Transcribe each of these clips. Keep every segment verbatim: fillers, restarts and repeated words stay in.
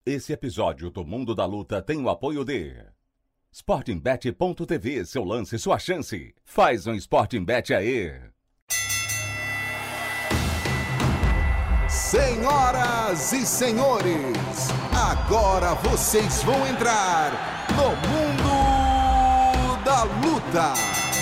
Esse episódio do Mundo da Luta tem o apoio de Sportingbet ponto T V, seu lance, sua chance. Faz um Sportingbet aí. Senhoras e senhores, agora vocês vão entrar no Mundo da Luta.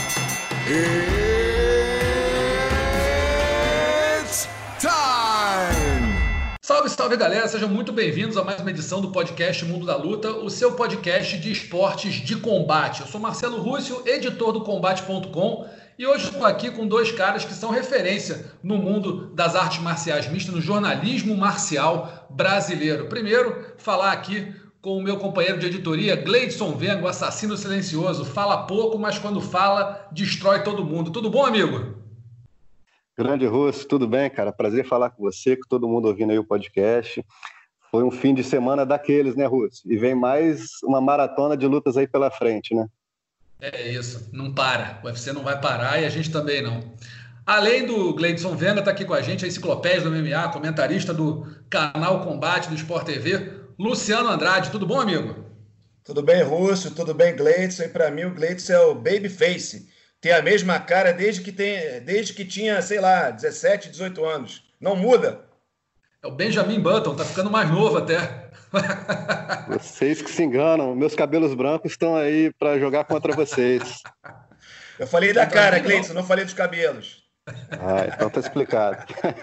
It's time! Salve, salve galera, sejam muito bem-vindos a mais uma edição do podcast Mundo da Luta, o seu podcast de esportes de combate. Eu sou Marcelo Rússio, editor do combate ponto com, e hoje estou aqui com dois caras que são referência no mundo das artes marciais mistas, no jornalismo marcial brasileiro. Primeiro, falar aqui com o meu companheiro de editoria, Gleidson Venga, o assassino silencioso. Fala pouco, mas quando fala, destrói todo mundo. Tudo bom, amigo? Grande Russo, tudo bem, cara? Prazer falar com você, com todo mundo ouvindo aí o podcast. Foi um fim de semana daqueles, né, Russo? E vem mais uma maratona de lutas aí pela frente, né? É isso, não para. O U F C não vai parar e a gente também não. Além do Gleidson Venga, está aqui com a gente, a enciclopédia do M M A, comentarista do canal Combate do Sport T V, Luciano Andrade. Tudo bom, amigo? Tudo bem, Russo, tudo bem, Gleidson. E para mim o Gleidson é o babyface. Tem a mesma cara desde que, tem, desde que tinha, sei lá, dezessete, dezoito anos. Não muda. É o Benjamin Button, tá ficando mais novo até. Vocês que se enganam, meus cabelos brancos estão aí para jogar contra vocês. Eu falei da cara, Gleidson, não falei dos cabelos. Ah, então tá explicado.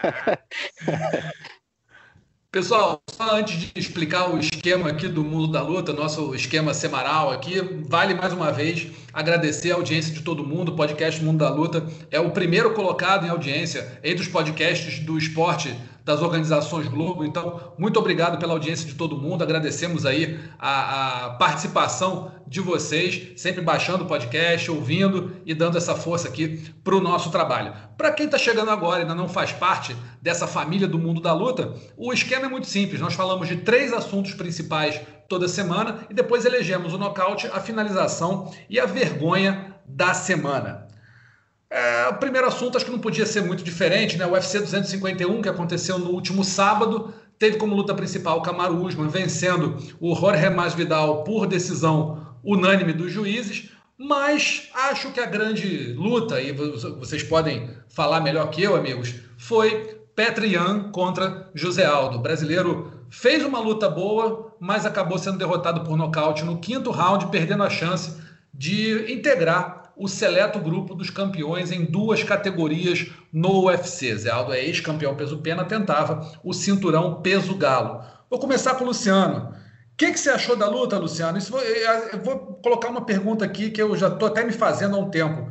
Pessoal, só antes de explicar o esquema aqui do Mundo da Luta, nosso esquema semanal aqui, vale mais uma vez agradecer a audiência de todo mundo. O podcast Mundo da Luta é o primeiro colocado em audiência entre os podcasts do esporte das organizações Globo. Então, muito obrigado pela audiência de todo mundo. Agradecemos aí a, a participação de vocês, sempre baixando o podcast, ouvindo e dando essa força aqui para o nosso trabalho. Para quem está chegando agora e ainda não faz parte dessa família do Mundo da Luta, o esquema é muito simples. Nós falamos de três assuntos principais toda semana e depois elegemos o nocaute, a finalização e a vergonha da semana. É, o primeiro assunto acho que não podia ser muito diferente, né? O U F C duzentos e cinquenta e um, que aconteceu no último sábado, teve como luta principal o Kamaru Usman vencendo o Jorge Masvidal por decisão unânime dos juízes, mas acho que a grande luta, e vocês podem falar melhor que eu, amigos, foi Petr Yan contra José Aldo. O brasileiro fez uma luta boa, mas acabou sendo derrotado por nocaute no quinto round, perdendo a chance de integrar o seleto grupo dos campeões em duas categorias no U F C. Zé Aldo é ex-campeão peso-pena, tentava o cinturão peso-galo. Vou começar com o Luciano. O que, que você achou da luta, Luciano? Isso, eu vou colocar uma pergunta aqui que eu já estou até me fazendo há um tempo.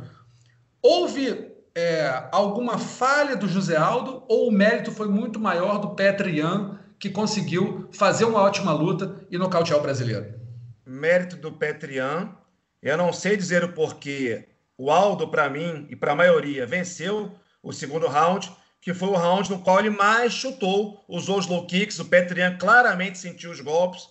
Houve é, alguma falha do José Aldo ou o mérito foi muito maior do Petr Yan, que conseguiu fazer uma ótima luta e nocautear o brasileiro? Mérito do Petr Yan. Eu não sei dizer o porquê. O Aldo, para mim e para a maioria, venceu o segundo round, que foi o round no qual ele mais chutou, usou os low kicks. O Petr Yan claramente sentiu os golpes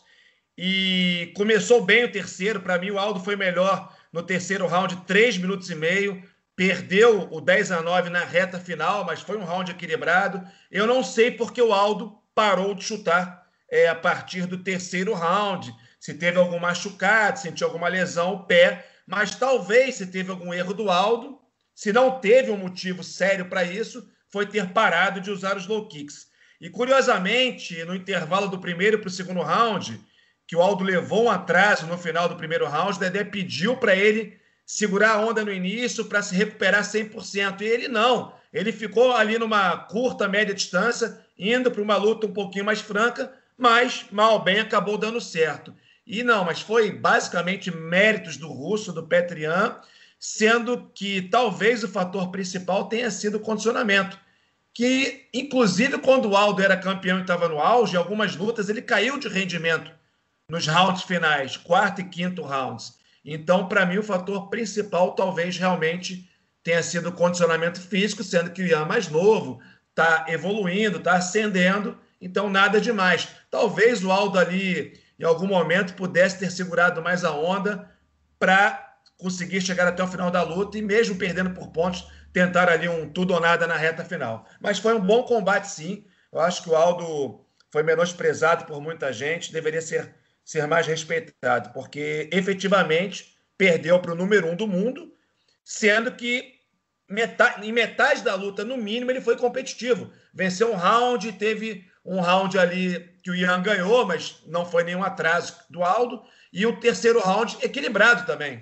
e começou bem o terceiro. Para mim, o Aldo foi melhor no terceiro round, três minutos e meio. Perdeu o dez a nove na reta final, mas foi um round equilibrado. Eu não sei porque o Aldo parou de chutar é, a partir do terceiro round. Se teve algum machucado, sentiu alguma lesão, o pé, mas talvez se teve algum erro do Aldo, se não teve um motivo sério para isso, foi ter parado de usar os low kicks. E curiosamente, no intervalo do primeiro para o segundo round, que o Aldo levou um atraso no final do primeiro round, o Dedé pediu para ele segurar a onda no início para se recuperar cem por cento. E ele não, ele ficou ali numa curta, média distância, indo para uma luta um pouquinho mais franca, mas mal bem acabou dando certo. E não, mas foi basicamente méritos do russo, do Petr Yan, sendo que talvez o fator principal tenha sido o condicionamento. Que, inclusive, quando o Aldo era campeão e estava no auge, em algumas lutas ele caiu de rendimento nos rounds finais, quarto e quinto rounds. Então, para mim, o fator principal talvez realmente tenha sido o condicionamento físico, sendo que o Yan mais novo, está evoluindo, está ascendendo, então nada demais. Talvez o Aldo ali, em algum momento, pudesse ter segurado mais a onda para conseguir chegar até o final da luta e, mesmo perdendo por pontos, tentar ali um tudo ou nada na reta final. Mas foi um bom combate, sim. Eu acho que o Aldo foi menosprezado por muita gente, deveria ser, ser mais respeitado, porque efetivamente perdeu para o número um do mundo, sendo que metade, em metade da luta, no mínimo, ele foi competitivo. Venceu um round, teve um round ali que o Ian ganhou, mas não foi nenhum atraso do Aldo, e o terceiro round equilibrado também.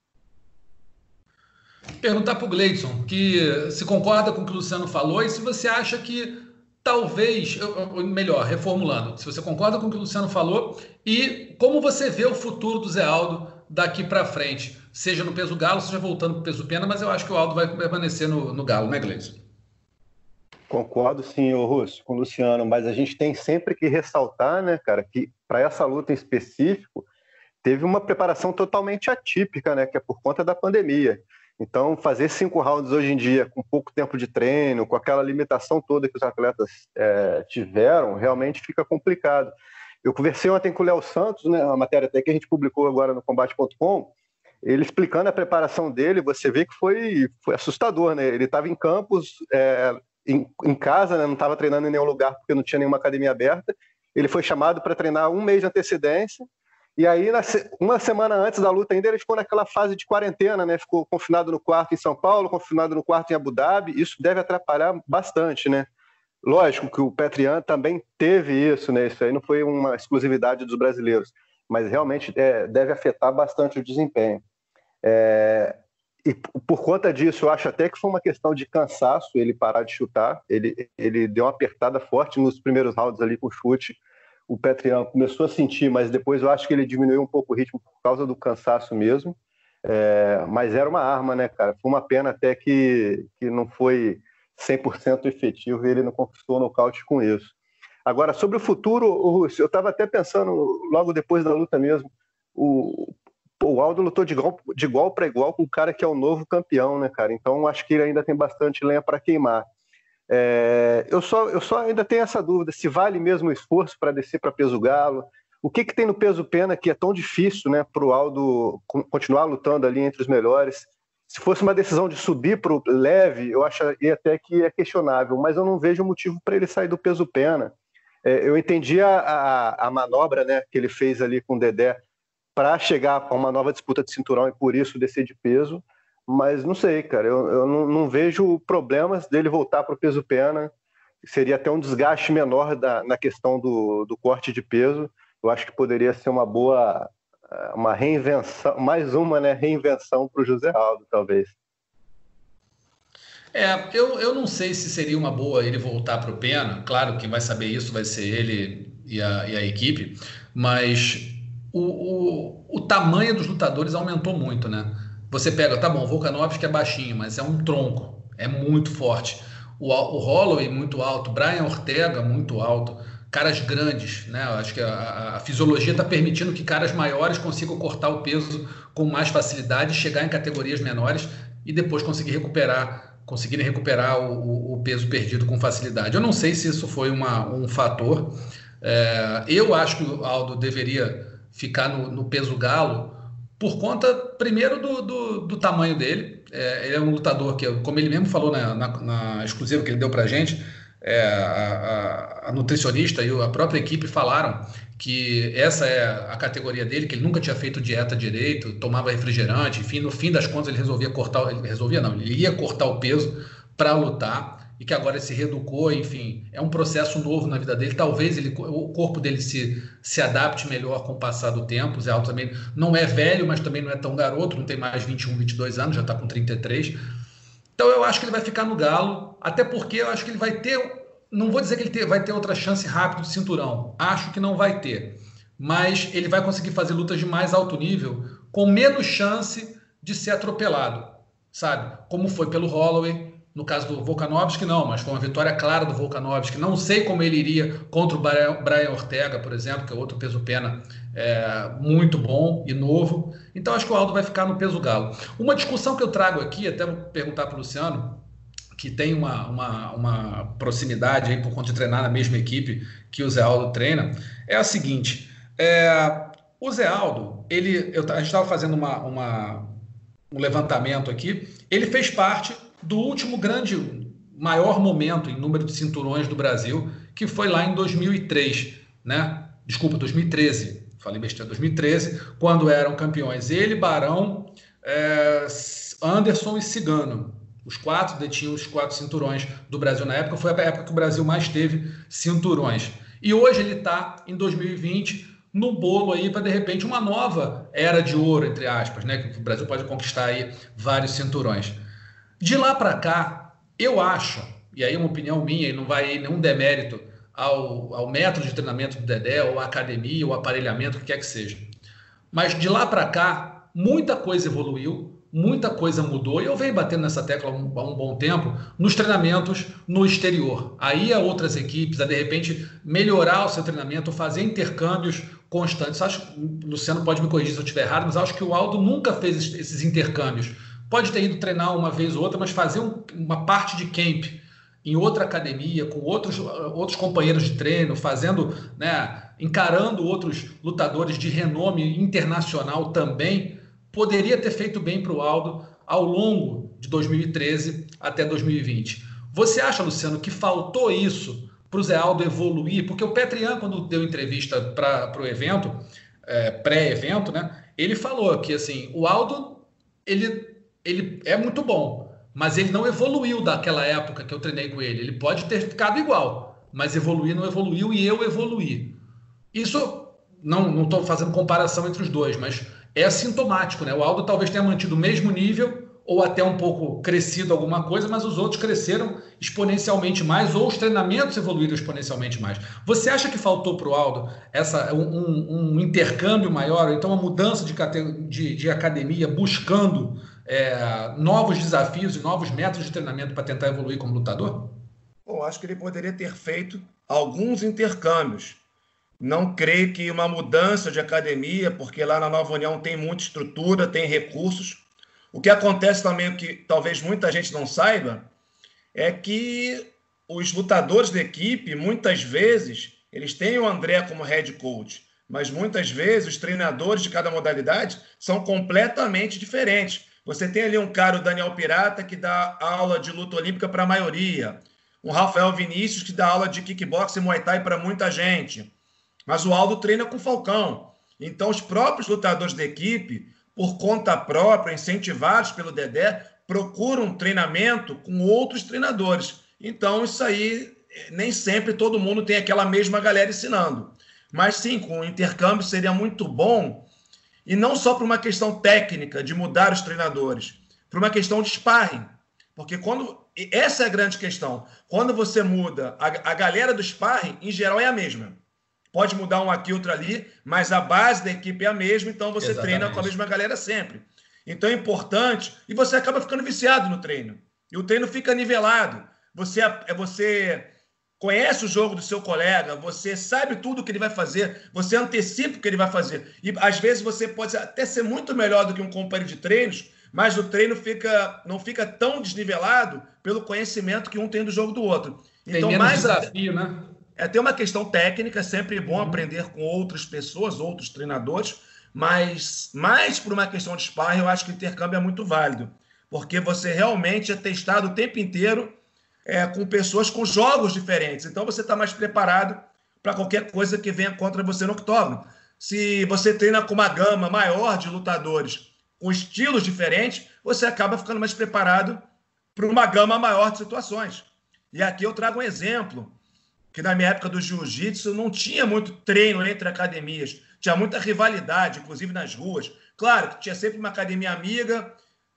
Perguntar para o Gleidson, que se concorda com o que o Luciano falou e se você acha que talvez, melhor, reformulando, se você concorda com o que o Luciano falou e como você vê o futuro do Zé Aldo daqui para frente, seja no peso galo, seja voltando para o peso pena, mas eu acho que o Aldo vai permanecer no, no galo, né, Gleidson? Concordo sim, ô Russo, com o Luciano, mas a gente tem sempre que ressaltar, né, cara, que para essa luta em específico teve uma preparação totalmente atípica, né, que é por conta da pandemia. Então, fazer cinco rounds hoje em dia, com pouco tempo de treino, com aquela limitação toda que os atletas é, tiveram, realmente fica complicado. Eu conversei ontem com o Léo Santos, né, uma matéria até que a gente publicou agora no combate ponto com, ele explicando a preparação dele, você vê que foi, foi assustador, né? Ele estava em campos, é, em, em casa, né, não estava treinando em nenhum lugar porque não tinha nenhuma academia aberta. Ele foi chamado para treinar um mês de antecedência. E aí, uma semana antes da luta ainda, ele ficou naquela fase de quarentena, né? Ficou confinado no quarto em São Paulo, confinado no quarto em Abu Dhabi. Isso deve atrapalhar bastante, né? Lógico que o Petr Yan também teve isso, né? Isso aí não foi uma exclusividade dos brasileiros, mas realmente é, deve afetar bastante o desempenho. É, e por conta disso, eu acho até que foi uma questão de cansaço ele parar de chutar. Ele, ele deu uma apertada forte nos primeiros rounds ali com o chute. O Petr Yan começou a sentir, mas depois eu acho que ele diminuiu um pouco o ritmo por causa do cansaço mesmo. É, mas era uma arma, né, cara? Foi uma pena até que, que não foi cem por cento efetivo e ele não conquistou o nocaute com isso. Agora, sobre o futuro, eu estava até pensando, logo depois da luta mesmo, o, o Aldo lutou de igual, de igual para igual com o cara que é o novo campeão, né, cara? Então, acho que ele ainda tem bastante lenha para queimar. É, eu, só, eu só ainda tenho essa dúvida, se vale mesmo o esforço para descer para peso galo, o que, que tem no peso pena que é tão difícil, né, para o Aldo continuar lutando ali entre os melhores. Se fosse uma decisão de subir para o leve, eu acharia até que é questionável, mas eu não vejo motivo para ele sair do peso pena. É, eu entendi a, a, a manobra, né, que ele fez ali com o Dedé para chegar a uma nova disputa de cinturão e por isso descer de peso. Mas não sei, cara, eu, eu não, não vejo problemas dele voltar para o peso pena. Seria até um desgaste menor da, na questão do, do corte de peso. Eu acho que poderia ser uma boa, uma reinvenção, mais uma, né, reinvenção para o José Aldo, talvez. É, eu, eu não sei se seria uma boa ele voltar para o pena. Claro, quem vai saber isso vai ser ele e a, e a equipe, mas o, o, o tamanho dos lutadores aumentou muito, né? Você pega, tá bom, o Volkanovski é baixinho, mas é um tronco, é muito forte. O, o Holloway muito alto, Brian Ortega muito alto, caras grandes, né? Eu acho que a, a fisiologia está permitindo que caras maiores consigam cortar o peso com mais facilidade, chegar em categorias menores e depois conseguir recuperar, conseguirem recuperar o, o, o peso perdido com facilidade. Eu não sei se isso foi uma, um fator. É, eu acho que o Aldo deveria ficar no, no peso galo, por conta, primeiro, do, do, do tamanho dele. É, ele é um lutador que, como ele mesmo falou na, na, na exclusiva que ele deu pra gente, é, a, a, a nutricionista e a própria equipe falaram que essa é a categoria dele, que ele nunca tinha feito dieta direito, tomava refrigerante, enfim, no fim das contas ele resolvia cortar, ele resolvia não, ele ia cortar o peso para lutar, e que agora ele se reeducou, enfim, é um processo novo na vida dele, talvez ele, o corpo dele se, se adapte melhor com o passar do tempo. O Zé Aldo também não é velho, mas também não é tão garoto, não tem mais vinte e um, vinte e dois anos, já está com trinta e três. Então eu acho que ele vai ficar no galo, até porque eu acho que ele vai ter, não vou dizer que ele ter, vai ter outra chance rápida de cinturão, acho que não vai ter, mas ele vai conseguir fazer lutas de mais alto nível, com menos chance de ser atropelado, sabe? Como foi pelo Holloway. No caso do Volkanovski, não, mas foi uma vitória clara do Volkanovski. Não sei como ele iria contra o Brian Ortega, por exemplo, que é outro peso-pena é, muito bom e novo. Então, acho que o Aldo vai ficar no peso galo. Uma discussão que eu trago aqui, até vou perguntar para o Luciano, que tem uma, uma, uma proximidade aí por conta de treinar na mesma equipe que o Zé Aldo treina, é a seguinte. É, o Zé Aldo, ele, eu, a gente estava fazendo uma, uma, um levantamento aqui, ele fez parte do último grande, maior momento em número de cinturões do Brasil, que foi lá em dois mil e três, né? Desculpa, dois mil e treze. Falei besteira, dois mil e treze, quando eram campeões ele, Barão, é, Anderson e Cigano. Os quatro detinham os quatro cinturões do Brasil na época. Foi a época que o Brasil mais teve cinturões. E hoje ele está em dois mil e vinte no bolo aí para, de repente, uma nova era de ouro, entre aspas, né? Que o Brasil pode conquistar aí vários cinturões. De lá para cá, eu acho, e aí é uma opinião minha, e não vai nenhum demérito ao, ao método de treinamento do Dedé, ou à academia, ou aparelhamento, o que quer que seja. Mas de lá para cá, muita coisa evoluiu, muita coisa mudou, e eu venho batendo nessa tecla há um, há um bom tempo, nos treinamentos no exterior. Aí há outras equipes a, de repente, melhorar o seu treinamento, fazer intercâmbios constantes. Acho, o Luciano pode me corrigir se eu estiver errado, mas acho que o Aldo nunca fez esses intercâmbios. Pode ter ido treinar uma vez ou outra, mas fazer um, uma parte de camp em outra academia, com outros, outros companheiros de treino, fazendo, né, encarando outros lutadores de renome internacional também, poderia ter feito bem para o Aldo ao longo de dois mil e treze até dois mil e vinte. Você acha, Luciano, que faltou isso para o Zé Aldo evoluir? Porque o Petrian, quando deu entrevista para o evento, é, pré-evento, né, ele falou que assim, o Aldo ele, ele é muito bom, mas ele não evoluiu daquela época que eu treinei com ele. Ele pode ter ficado igual, mas evoluir não evoluiu e eu evoluí. Isso, não estou fazendo comparação entre os dois, mas é assintomático, né? O Aldo talvez tenha mantido o mesmo nível ou até um pouco crescido alguma coisa, mas os outros cresceram exponencialmente mais ou os treinamentos evoluíram exponencialmente mais. Você acha que faltou para o Aldo essa, um, um intercâmbio maior, ou então uma mudança de, de, de academia buscando é, novos desafios e novos métodos de treinamento para tentar evoluir como lutador? Bom, acho que ele poderia ter feito alguns intercâmbios. Não creio que uma mudança de academia, porque lá na Nova União tem muita estrutura, tem recursos. O que acontece também, que talvez muita gente não saiba, é que os lutadores da equipe, muitas vezes, eles têm o André como head coach, mas muitas vezes os treinadores de cada modalidade são completamente diferentes. Você tem ali um cara, o Daniel Pirata, que dá aula de luta olímpica para a maioria. Um Rafael Vinícius, que dá aula de kickboxing e muay thai para muita gente. Mas o Aldo treina com o Falcão. Então, os próprios lutadores da equipe, por conta própria, incentivados pelo Dedé, procuram um treinamento com outros treinadores. Então, isso aí, nem sempre todo mundo tem aquela mesma galera ensinando. Mas sim, com o intercâmbio seria muito bom, e não só por uma questão técnica de mudar os treinadores, por uma questão de sparring. Porque quando... essa é a grande questão. Quando você muda, a, a galera do sparring, em geral, é a mesma. Pode mudar um aqui, outro ali, mas a base da equipe é a mesma, então você Exatamente. treina com a mesma galera sempre. Então é importante, e você acaba ficando viciado no treino. E o treino fica nivelado. Você, você conhece o jogo do seu colega, você sabe tudo o que ele vai fazer, você antecipa o que ele vai fazer. E às vezes você pode até ser muito melhor do que um companheiro de treinos, mas o treino fica, não fica tão desnivelado pelo conhecimento que um tem do jogo do outro. Tem então, menos mais desafio, né? É ter uma questão técnica, é sempre bom uhum. aprender com outras pessoas, outros treinadores, mas mais por uma questão de sparring, eu acho que o intercâmbio é muito válido, porque você realmente é testado o tempo inteiro é, com pessoas com jogos diferentes, então você está mais preparado para qualquer coisa que venha contra você no octógono. Se você treina com uma gama maior de lutadores com estilos diferentes, você acaba ficando mais preparado para uma gama maior de situações. E aqui eu trago um exemplo, que na minha época do jiu-jitsu não tinha muito treino entre academias, tinha muita rivalidade, inclusive nas ruas. Claro que tinha sempre uma academia amiga,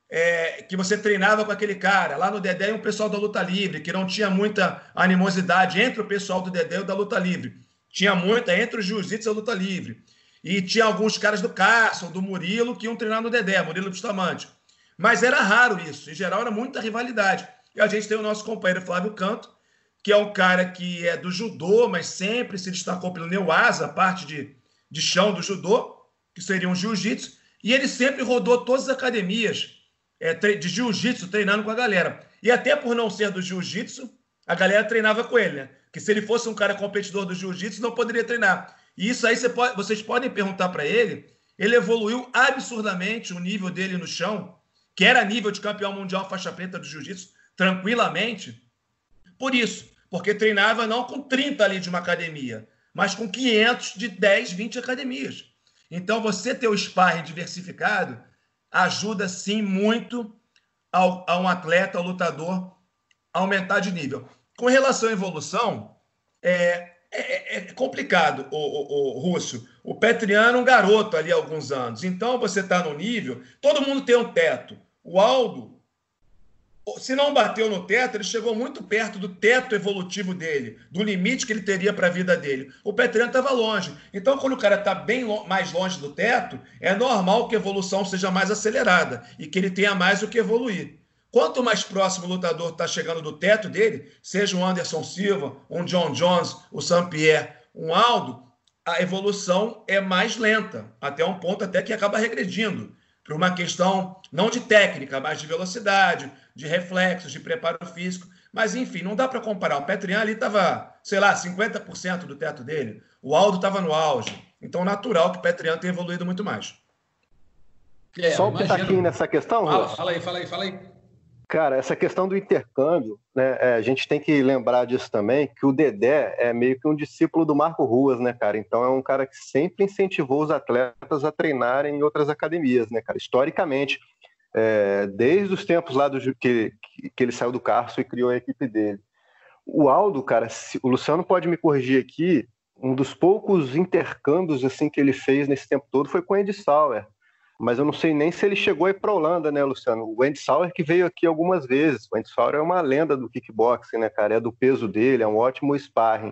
é, que você treinava com aquele cara. Lá no Dedé e um pessoal da luta livre, que não tinha muita animosidade entre o pessoal do Dedé e da luta livre. Tinha muita entre o jiu-jitsu e a luta livre. E tinha alguns caras do Carson, do Murilo, que iam treinar no Dedé, Murilo Bustamante. Mas era raro isso, em geral era muita rivalidade. E a gente tem o nosso companheiro Flávio Canto, que é um cara que é do judô, mas sempre se destacou pelo Neuasa, a parte de, de chão do judô, que seria um jiu-jitsu, e ele sempre rodou todas as academias é, de jiu-jitsu, treinando com a galera. E até por não ser do jiu-jitsu, a galera treinava com ele, né? Que se ele fosse um cara competidor do jiu-jitsu, não poderia treinar. E isso aí você pode, vocês podem perguntar para ele, ele evoluiu absurdamente o nível dele no chão, que era nível de campeão mundial faixa preta do jiu-jitsu, tranquilamente, por isso. porque treinava não com trinta ali de uma academia, mas com quinhentos de dez, vinte academias. Então, você ter o sparring diversificado ajuda, sim, muito ao, a um atleta, ao lutador, a aumentar de nível. Com relação à evolução, é, é, é complicado, o, o, o Russo. O Petrian era um garoto ali há alguns anos. Então, você está no nível... Todo mundo tem um teto. O Aldo, se não bateu no teto, ele chegou muito perto do teto evolutivo dele, do limite que ele teria para a vida dele. O Petrian estava longe. Então, quando o cara está bem lo- mais longe do teto, é normal que a evolução seja mais acelerada e que ele tenha mais o que evoluir. Quanto mais próximo o lutador está chegando do teto dele, seja um Anderson Silva, um John Jones, o Saint-Pierre, um Aldo, a evolução é mais lenta, até um ponto até que acaba regredindo, por uma questão não de técnica, mas de velocidade, de reflexos, de preparo físico. Mas, enfim, não dá para comparar. O Petrian ali estava, sei lá, cinquenta por cento do teto dele. O Aldo estava no auge. Então, natural que o Petrian tenha evoluído muito mais. É, Só um pitaquinho nessa questão, fala, fala aí, fala aí, fala aí. Cara, essa questão do intercâmbio, né, é, a gente tem que lembrar disso também, que o Dedé é meio que um discípulo do Marco Ruas, né, cara? Então é um cara que sempre incentivou os atletas a treinarem em outras academias, né, cara? Historicamente, é, desde os tempos lá do que, que ele saiu do Carso e criou a equipe dele. O Aldo, cara, se, o Luciano pode me corrigir aqui, um dos poucos intercâmbios assim que ele fez nesse tempo todo foi com o Andy Sauer. Mas eu não sei nem se ele chegou a ir para a Holanda, né, Luciano? O Andy Sauer que veio aqui algumas vezes. O Andy Sauer é uma lenda do kickboxing, né, cara? É do peso dele, é um ótimo sparring.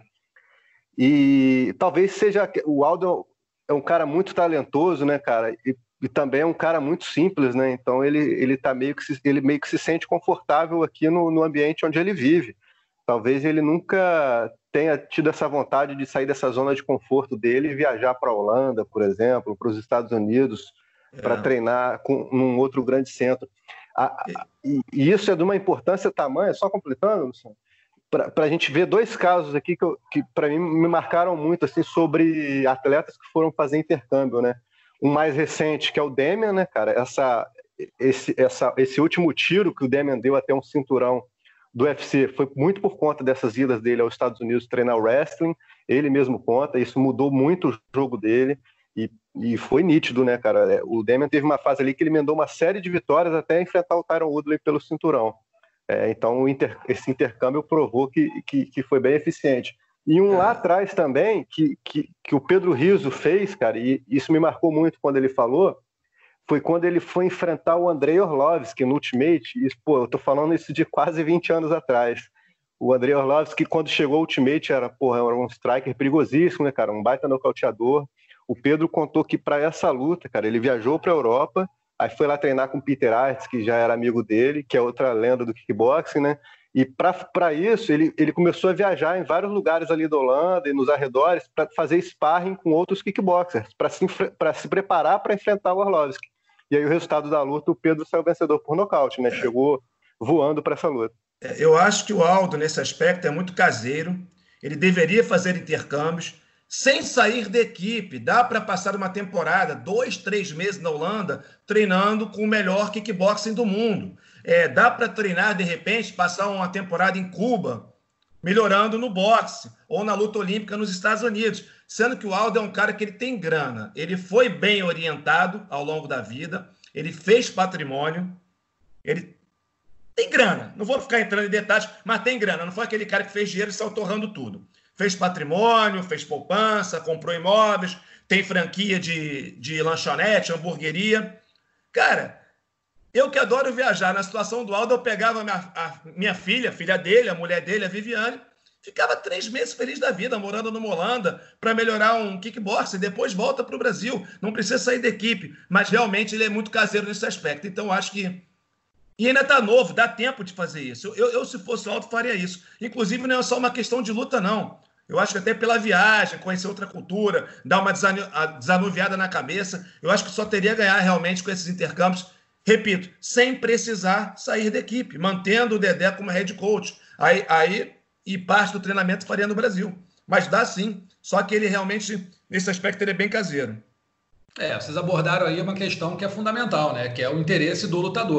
E talvez seja... O Aldo é um cara muito talentoso, né, cara? E, e também é um cara muito simples, né? Então ele, ele, tá meio, que se, ele meio que se sente confortável aqui no, no ambiente onde ele vive. Talvez ele nunca tenha tido essa vontade de sair dessa zona de conforto dele e viajar para a Holanda, por exemplo, para os Estados Unidos, para é. treinar com, num outro grande centro. A, a, e, e isso é de uma importância tamanha, só completando, Luciano, para a gente ver dois casos aqui que, que para mim me marcaram muito assim, sobre atletas que foram fazer intercâmbio, né? Um mais recente, que é o Demian, né, cara? Essa, esse, essa, esse último tiro que o Demian deu até um cinturão do U F C foi muito por conta dessas idas dele aos Estados Unidos treinar o wrestling. Ele mesmo conta, isso mudou muito o jogo dele. E, e foi nítido, né, cara? O Demian teve uma fase ali que ele emendou uma série de vitórias até enfrentar o Tyron Woodley pelo cinturão. É, então, o inter, esse intercâmbio provou que, que, que foi bem eficiente. E um lá atrás também, que, que, que o Pedro Rizzo fez, cara, e isso me marcou muito quando ele falou, foi quando ele foi enfrentar o Andrei Orlovski no Ultimate. E, pô, eu tô falando isso de quase vinte anos atrás. O Andrei Orlovski, quando chegou ao Ultimate, era, porra, era um striker perigosíssimo, né, cara? Um baita nocauteador. O Pedro contou que para essa luta, cara, ele viajou para a Europa, aí foi lá treinar com o Peter Aerts, que já era amigo dele, que é outra lenda do kickboxing, né? E para isso, ele, ele começou a viajar em vários lugares ali da Holanda e nos arredores para fazer sparring com outros kickboxers, para se, se preparar para enfrentar o Orlovski. E aí o resultado da luta, o Pedro saiu vencedor por nocaute, né? Chegou voando para essa luta. Eu acho que o Aldo, nesse aspecto, é muito caseiro. Ele deveria fazer intercâmbios sem sair da equipe. Dá para passar uma temporada, dois, três meses na Holanda, treinando com o melhor kickboxing do mundo. É, dá para treinar, de repente, passar uma temporada em Cuba, melhorando no boxe ou na luta olímpica nos Estados Unidos. Sendo que o Aldo é um cara que ele tem grana. Ele foi bem orientado ao longo da vida, ele fez patrimônio, ele tem grana. Não vou ficar entrando em detalhes, mas tem grana. Não foi aquele cara que fez dinheiro e saiu torrando tudo. Fez patrimônio, fez poupança, comprou imóveis, tem franquia de, de lanchonete, hamburgueria. Cara, eu que adoro viajar, na situação do Aldo, eu pegava a minha, a minha filha, filha dele, a mulher dele, a Viviane, ficava três meses feliz da vida, morando numa Holanda, para melhorar um kickboxing, depois volta para o Brasil. Não precisa sair da equipe, mas realmente ele é muito caseiro nesse aspecto. Então, acho que... E ainda está novo, dá tempo de fazer isso. Eu, eu, se fosse o Aldo, faria isso. Inclusive, não é só uma questão de luta, não. Eu acho que até pela viagem, conhecer outra cultura, dar uma desanuviada na cabeça, eu acho que só teria a ganhar realmente com esses intercâmbios, repito, sem precisar sair da equipe, mantendo o Dedé como head coach. Aí, aí e parte do treinamento faria no Brasil. Mas dá sim, só que ele realmente, nesse aspecto, ele é bem caseiro. É, vocês abordaram aí uma questão que é fundamental, né? Que é o interesse do lutador.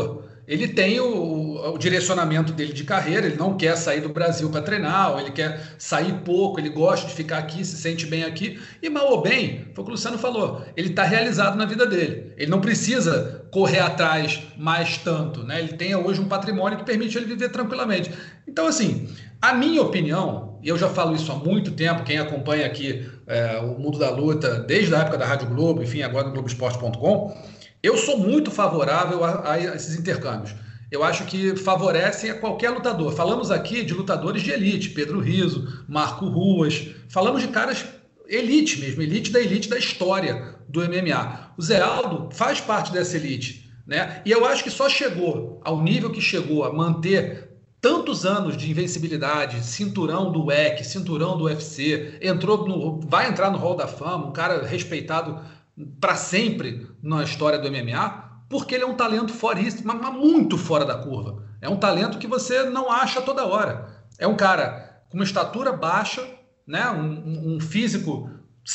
ele tem o, o direcionamento dele de carreira, ele não quer sair do Brasil para treinar, ou ele quer sair pouco, ele gosta de ficar aqui, se sente bem aqui, e mal ou bem, foi o que o Luciano falou, ele está realizado na vida dele, ele não precisa correr atrás mais tanto, né? Ele tem hoje um patrimônio que permite ele viver tranquilamente. Então, assim, a minha opinião, e eu já falo isso há muito tempo, quem acompanha aqui é, o Mundo da Luta, desde a época da Rádio Globo, enfim, agora no Globo Esporte ponto com, eu sou muito favorável a, a esses intercâmbios. Eu acho que favorecem a qualquer lutador. Falamos aqui de lutadores de elite, Pedro Rizzo, Marco Ruas, falamos de caras elite mesmo, elite da elite da história do M M A. O Zé Aldo faz parte dessa elite, né? E eu acho que só chegou ao nível que chegou a manter tantos anos de invencibilidade, cinturão do U E C, cinturão do U F C, entrou no, vai entrar no Hall da Fama, um cara respeitado para sempre na história do M M A, porque ele é um talento fora, mas muito fora da curva. É um talento que você não acha toda hora. É um cara com uma estatura baixa, né? um, um físico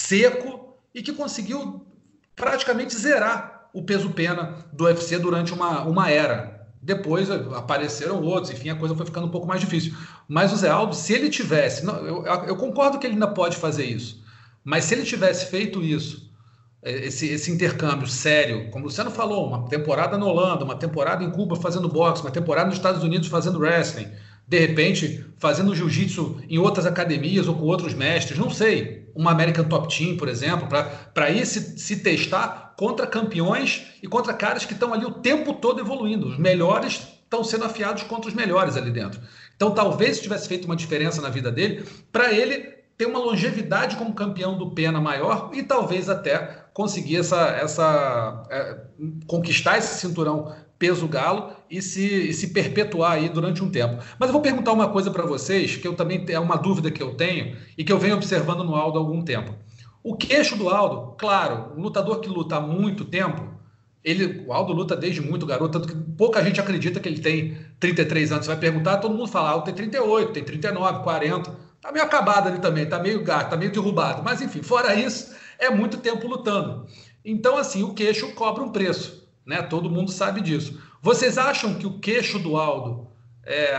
seco e que conseguiu praticamente zerar o peso-pena do U F C durante uma, uma era. Depois apareceram outros, enfim, a coisa foi ficando um pouco mais difícil. Mas o Zé Aldo, se ele tivesse... Não, eu, eu concordo que ele ainda pode fazer isso, mas se ele tivesse feito isso, Esse, esse intercâmbio sério, como o Luciano falou, uma temporada na Holanda, uma temporada em Cuba fazendo boxe, uma temporada nos Estados Unidos fazendo wrestling, de repente fazendo jiu-jitsu em outras academias ou com outros mestres, não sei, uma American Top Team, por exemplo, para ir se, se testar contra campeões e contra caras que estão ali o tempo todo evoluindo. Os melhores estão sendo afiados contra os melhores ali dentro. Então talvez tivesse feito uma diferença na vida dele, para ele ter uma longevidade como campeão do Pena maior e talvez até conseguir essa, essa, é, conquistar esse cinturão peso galo e se, e se perpetuar aí durante um tempo. Mas eu vou perguntar uma coisa para vocês, que eu também é uma dúvida que eu tenho e que eu venho observando no Aldo há algum tempo. O queixo do Aldo, claro, um lutador que luta há muito tempo, ele, o Aldo luta desde muito garoto, tanto que pouca gente acredita que ele tem trinta e três anos. Você vai perguntar, todo mundo fala, Aldo tem trinta e oito, tem trinta e nove, quarenta, tá meio acabado ali também, tá meio gato, tá meio derrubado, mas enfim, fora isso, é muito tempo lutando. Então, assim, o queixo cobra um preço, né? Todo mundo sabe disso. Vocês acham que o queixo do Aldo é,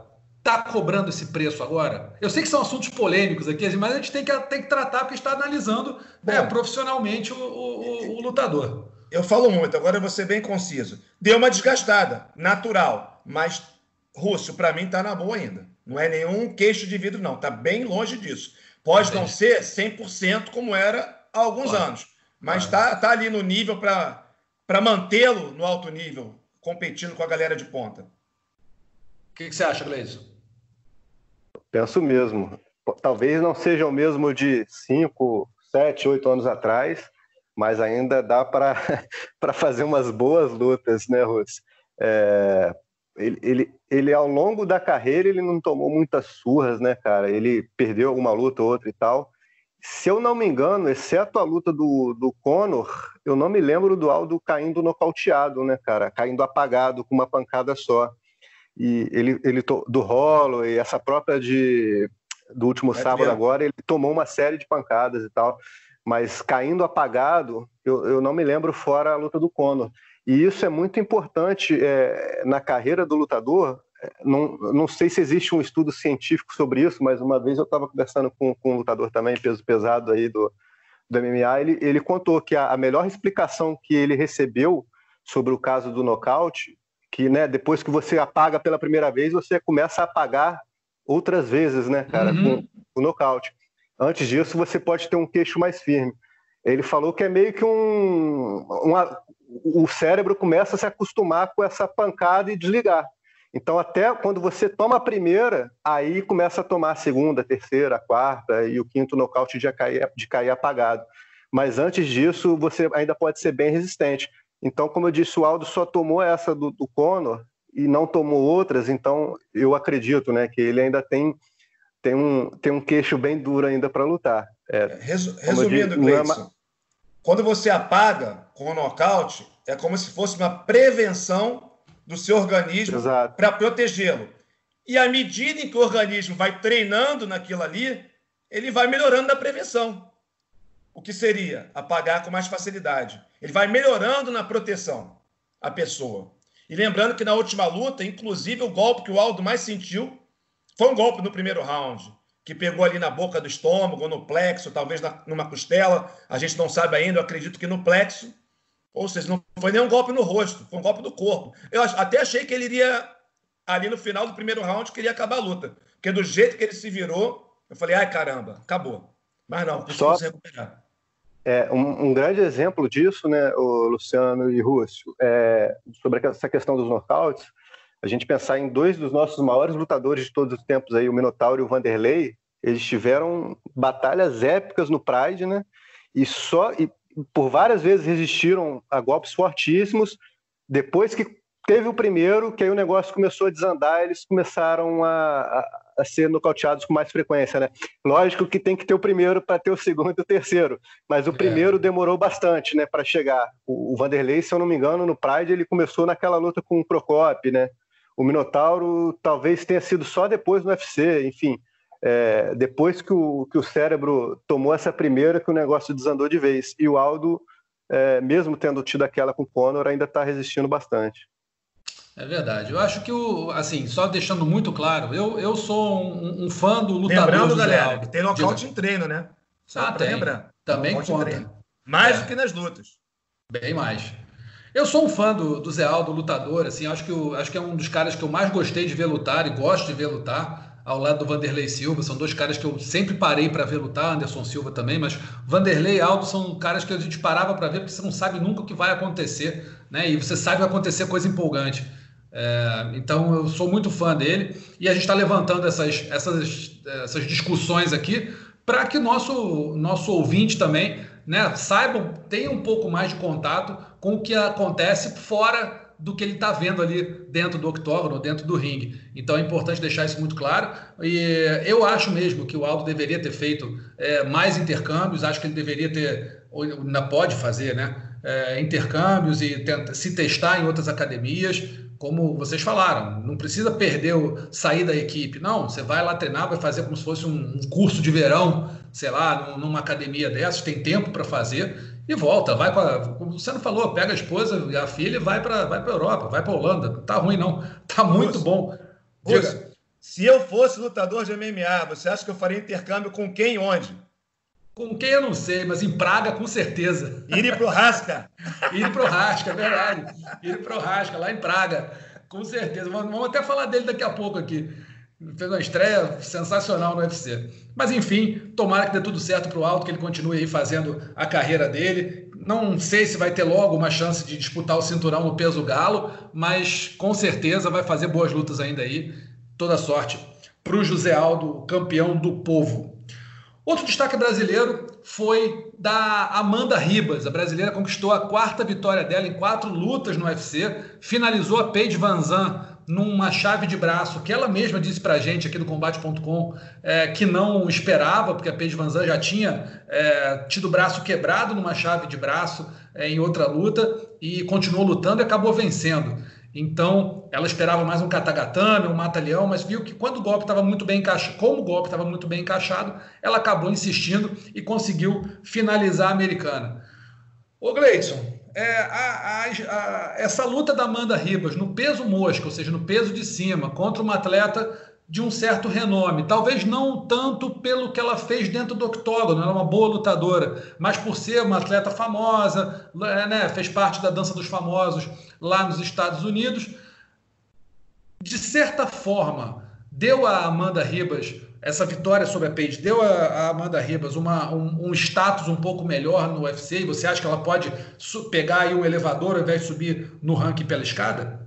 tá cobrando esse preço agora? Eu sei que são assuntos polêmicos aqui, mas a gente tem que, tem que tratar porque está analisando Bom, né, profissionalmente o, o, o lutador. Eu falo muito, agora eu vou ser bem conciso. Deu uma desgastada, natural, mas Rússio, para mim, tá na boa ainda. Não é nenhum queixo de vidro, não. Tá bem longe disso. Pode Entendi. Não ser cem por cento como era há alguns claro. anos, mas claro. tá, tá ali no nível para mantê-lo no alto nível, competindo com a galera de ponta. O que, que você acha, Gleison? Penso mesmo. Talvez não seja o mesmo de cinco, sete, oito anos atrás, mas ainda dá para fazer umas boas lutas, né, Russo? É... Ele, ele, ele, ao longo da carreira, ele não tomou muitas surras, né, cara? Ele perdeu alguma luta, outra e tal. Se eu não me engano, exceto a luta do, do Conor, eu não me lembro do Aldo caindo nocauteado, né, cara? Caindo apagado com uma pancada só. E ele, ele do Holloway, essa própria de, do último é sábado mesmo. Agora, ele tomou uma série de pancadas e tal. Mas caindo apagado, eu, eu não me lembro fora a luta do Conor. E isso é muito importante é, na carreira do lutador. Não, não sei se existe um estudo científico sobre isso, mas uma vez eu estava conversando com, com um lutador também, peso pesado aí do, do M M A, ele, ele contou que a, a melhor explicação que ele recebeu sobre o caso do nocaute, que né, depois que você apaga pela primeira vez, você começa a apagar outras vezes, né, cara, uhum. com o nocaute. Antes disso, você pode ter um queixo mais firme. Ele falou que é meio que um... Uma, o cérebro começa a se acostumar com essa pancada e desligar. Então, até quando você toma a primeira, aí começa a tomar a segunda, a terceira, a quarta e o quinto nocaute de cair, de cair apagado. Mas antes disso, você ainda pode ser bem resistente. Então, como eu disse, o Aldo só tomou essa do, do Conor e não tomou outras, então eu acredito, né, que ele ainda tem, tem, um, tem um queixo bem duro ainda para lutar. É, Resu resumindo, Gleison, quando você apaga com o nocaute, é como se fosse uma prevenção do seu organismo para protegê-lo. E à medida em que o organismo vai treinando naquilo ali, ele vai melhorando na prevenção. O que seria? Apagar com mais facilidade. Ele vai melhorando na proteção, a pessoa. E lembrando que na última luta, inclusive o golpe que o Aldo mais sentiu foi um golpe no primeiro round, que pegou ali na boca do estômago, no plexo, talvez na, numa costela, a gente não sabe ainda, eu acredito que no plexo, ou seja, não foi nem um golpe no rosto, foi um golpe no corpo. Eu até achei que ele iria, ali no final do primeiro round, que ele ia acabar a luta, porque do jeito que ele se virou, eu falei, ai caramba, acabou. Mas não, conseguiu se recuperar. É, um, um grande exemplo disso, né, o Luciano e Rússio, é, sobre essa questão dos nocautes, a gente pensar em dois dos nossos maiores lutadores de todos os tempos, aí, o Minotauro e o Vanderlei, eles tiveram batalhas épicas no Pride, né, e, só, e por várias vezes resistiram a golpes fortíssimos. Depois que teve o primeiro, que aí o negócio começou a desandar, eles começaram a, a, a ser nocauteados com mais frequência, né? Lógico que tem que ter o primeiro para ter o segundo e o terceiro, mas o é. primeiro demorou bastante, né, para chegar. O, o Vanderlei, se eu não me engano, no Pride ele começou naquela luta com o Procop, né? O Minotauro talvez tenha sido só depois no U F C, enfim, é, depois que o, que o cérebro tomou essa primeira que o negócio desandou de vez. E o Aldo, é, mesmo tendo tido aquela com o Conor, ainda está resistindo bastante. É verdade. Eu acho que, o, assim, só deixando muito claro, eu, eu sou um, um fã do lutador. Lembrando, José galera, Aldo. que tem nocaute em treino, né? Só ah, tem. Lembrar. Também conta. Mais é. do que nas lutas. Bem mais. Eu sou um fã do, do Zé Aldo, lutador, assim, acho que, eu, acho que é um dos caras que eu mais gostei de ver lutar e gosto de ver lutar, ao lado do Vanderlei Silva. São dois caras que eu sempre parei para ver lutar, Anderson Silva também, mas Vanderlei e Aldo são caras que a gente parava para ver, porque você não sabe nunca o que vai acontecer, né? E você sabe que vai acontecer coisa empolgante. É, então eu sou muito fã dele e a gente está levantando essas, essas, essas discussões aqui para que nosso, nosso ouvinte também, né, saiba, tenha um pouco mais de contato com o que acontece fora do que ele está vendo ali dentro do octógono, dentro do ringue. Então é importante deixar isso muito claro. E eu acho mesmo que o Aldo deveria ter feito é, mais intercâmbios, acho que ele deveria ter, ou ainda pode fazer, né, é, intercâmbios e tenta, se testar em outras academias. Como vocês falaram, não precisa perder o sair da equipe, não, você vai lá treinar, vai fazer como se fosse um, um curso de verão, sei lá, numa academia dessas, tem tempo para fazer e volta, vai para, como você não falou, pega a esposa e a filha e vai para vai para Europa, vai para Holanda, não tá ruim não, tá muito Russo, bom. Russo, se eu fosse lutador de M M A, você acha que eu faria intercâmbio com quem e onde? Com quem eu não sei, mas em Praga com certeza. Ir pro Rasca. Ir pro Rasca, é verdade. Ir pro Rasca, lá em Praga, com certeza. Vamos até falar dele daqui a pouco aqui. Fez uma estreia sensacional no U F C. Mas enfim, tomara que dê tudo certo pro Aldo, que ele continue aí fazendo a carreira dele. Não sei se vai ter logo uma chance de disputar o cinturão no peso galo, mas com certeza vai fazer boas lutas ainda aí. Toda sorte pro José Aldo, campeão do povo. Outro destaque brasileiro foi da Amanda Ribas. A brasileira conquistou a quarta vitória dela em quatro lutas no U F C, finalizou a Paige VanZant numa chave de braço, que ela mesma disse pra gente aqui no combate ponto com é, que não esperava, porque a Paige VanZant já tinha é, tido o braço quebrado numa chave de braço é, em outra luta e continuou lutando e acabou vencendo. Então, ela esperava mais um katagatame, um mata-leão, mas viu que quando o golpe estava muito bem encaixado, como o golpe estava muito bem encaixado, ela acabou insistindo e conseguiu finalizar a americana. Ô Gleison, é, a, a, a, essa luta da Amanda Ribas no peso mosca, ou seja, no peso de cima, contra uma atleta de um certo renome, talvez não tanto pelo que ela fez dentro do octógono, ela é uma boa lutadora, mas por ser uma atleta famosa, né, fez parte da dança dos famosos lá nos Estados Unidos, de certa forma, deu a Amanda Ribas, essa vitória sobre a Paige, deu a, a Amanda Ribas uma, um, um status um pouco melhor no U F C, e você acha que ela pode pegar aí um elevador ao invés de subir no ranking pela escada?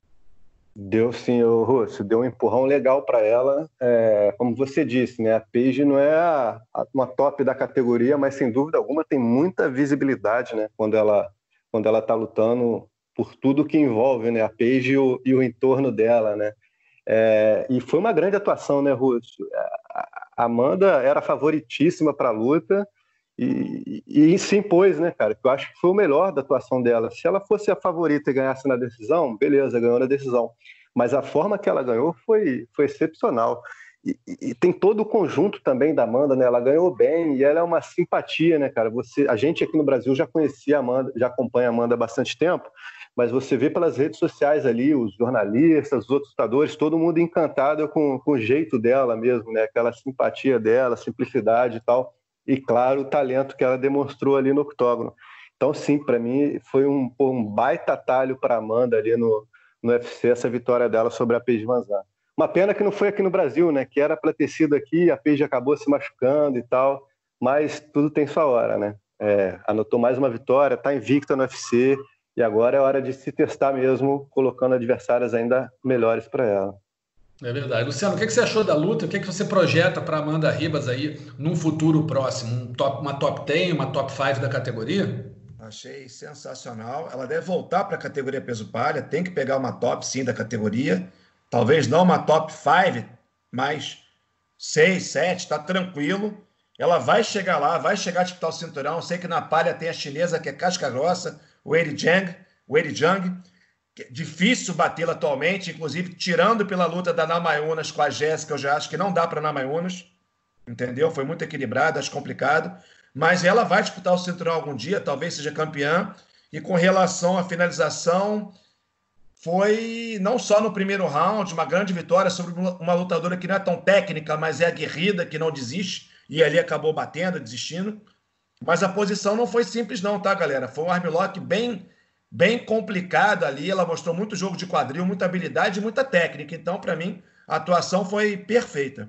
Deu sim, o Russo, deu um empurrão legal para ela. É, como você disse, né, a Paige não é a, a, uma top da categoria, mas sem dúvida alguma tem muita visibilidade, né, quando ela quando ela está lutando por tudo que envolve, né, a Paige e o, e o entorno dela, né. É, e foi uma grande atuação, né, Russo? A Amanda era favoritíssima para a luta. E, e, e se impôs, né, cara? Eu acho que foi o melhor da atuação dela. Se ela fosse a favorita e ganhasse na decisão, beleza, ganhou na decisão. Mas a forma que ela ganhou foi, foi excepcional. E, e tem todo o conjunto também da Amanda, né? Ela ganhou bem e ela é uma simpatia, né, cara? Você, a gente aqui no Brasil já conhecia a Amanda, já acompanha a Amanda há bastante tempo, mas você vê pelas redes sociais ali, os jornalistas, os outros lutadores, todo mundo encantado com, com o jeito dela mesmo, né? Aquela simpatia dela, simplicidade e tal, e claro, o talento que ela demonstrou ali no octógono. Então, sim, para mim foi um, um baita atalho para a Amanda ali no, no U F C, essa vitória dela sobre a Paige VanZant. Uma pena que não foi aqui no Brasil, né? Que era para ter sido aqui, a Paige acabou se machucando e tal, mas tudo tem sua hora, né? É, anotou mais uma vitória, está invicta no U F C e agora é hora de se testar mesmo, colocando adversários ainda melhores para ela. É verdade. Luciano, o que você achou da luta? O que você projeta para Amanda Ribas aí num futuro próximo? Um top, uma top dez, uma top cinco da categoria? Achei sensacional. Ela deve voltar para a categoria peso palha, tem que pegar uma top sim da categoria. Talvez não uma top cinco, mas seis, sete, tá tranquilo. Ela vai chegar lá, vai chegar a disputar o cinturão. Eu sei que na palha tem a chinesa, que é casca grossa, o Weili Zhang, o Weili Zhang. Difícil batê-la atualmente, inclusive tirando pela luta da Namajunas com a Jéssica, eu já acho que não dá para Namajunas, entendeu? Foi muito equilibrado, acho complicado. Mas ela vai disputar o cinturão algum dia, talvez seja campeã. E com relação à finalização, foi não só no primeiro round, uma grande vitória sobre uma lutadora que não é tão técnica, mas é aguerrida, que não desiste, e ali acabou batendo, desistindo. Mas a posição não foi simples não, tá, galera? Foi um armlock bem, bem complicado ali, ela mostrou muito jogo de quadril, muita habilidade e muita técnica. Então, para mim, a atuação foi perfeita.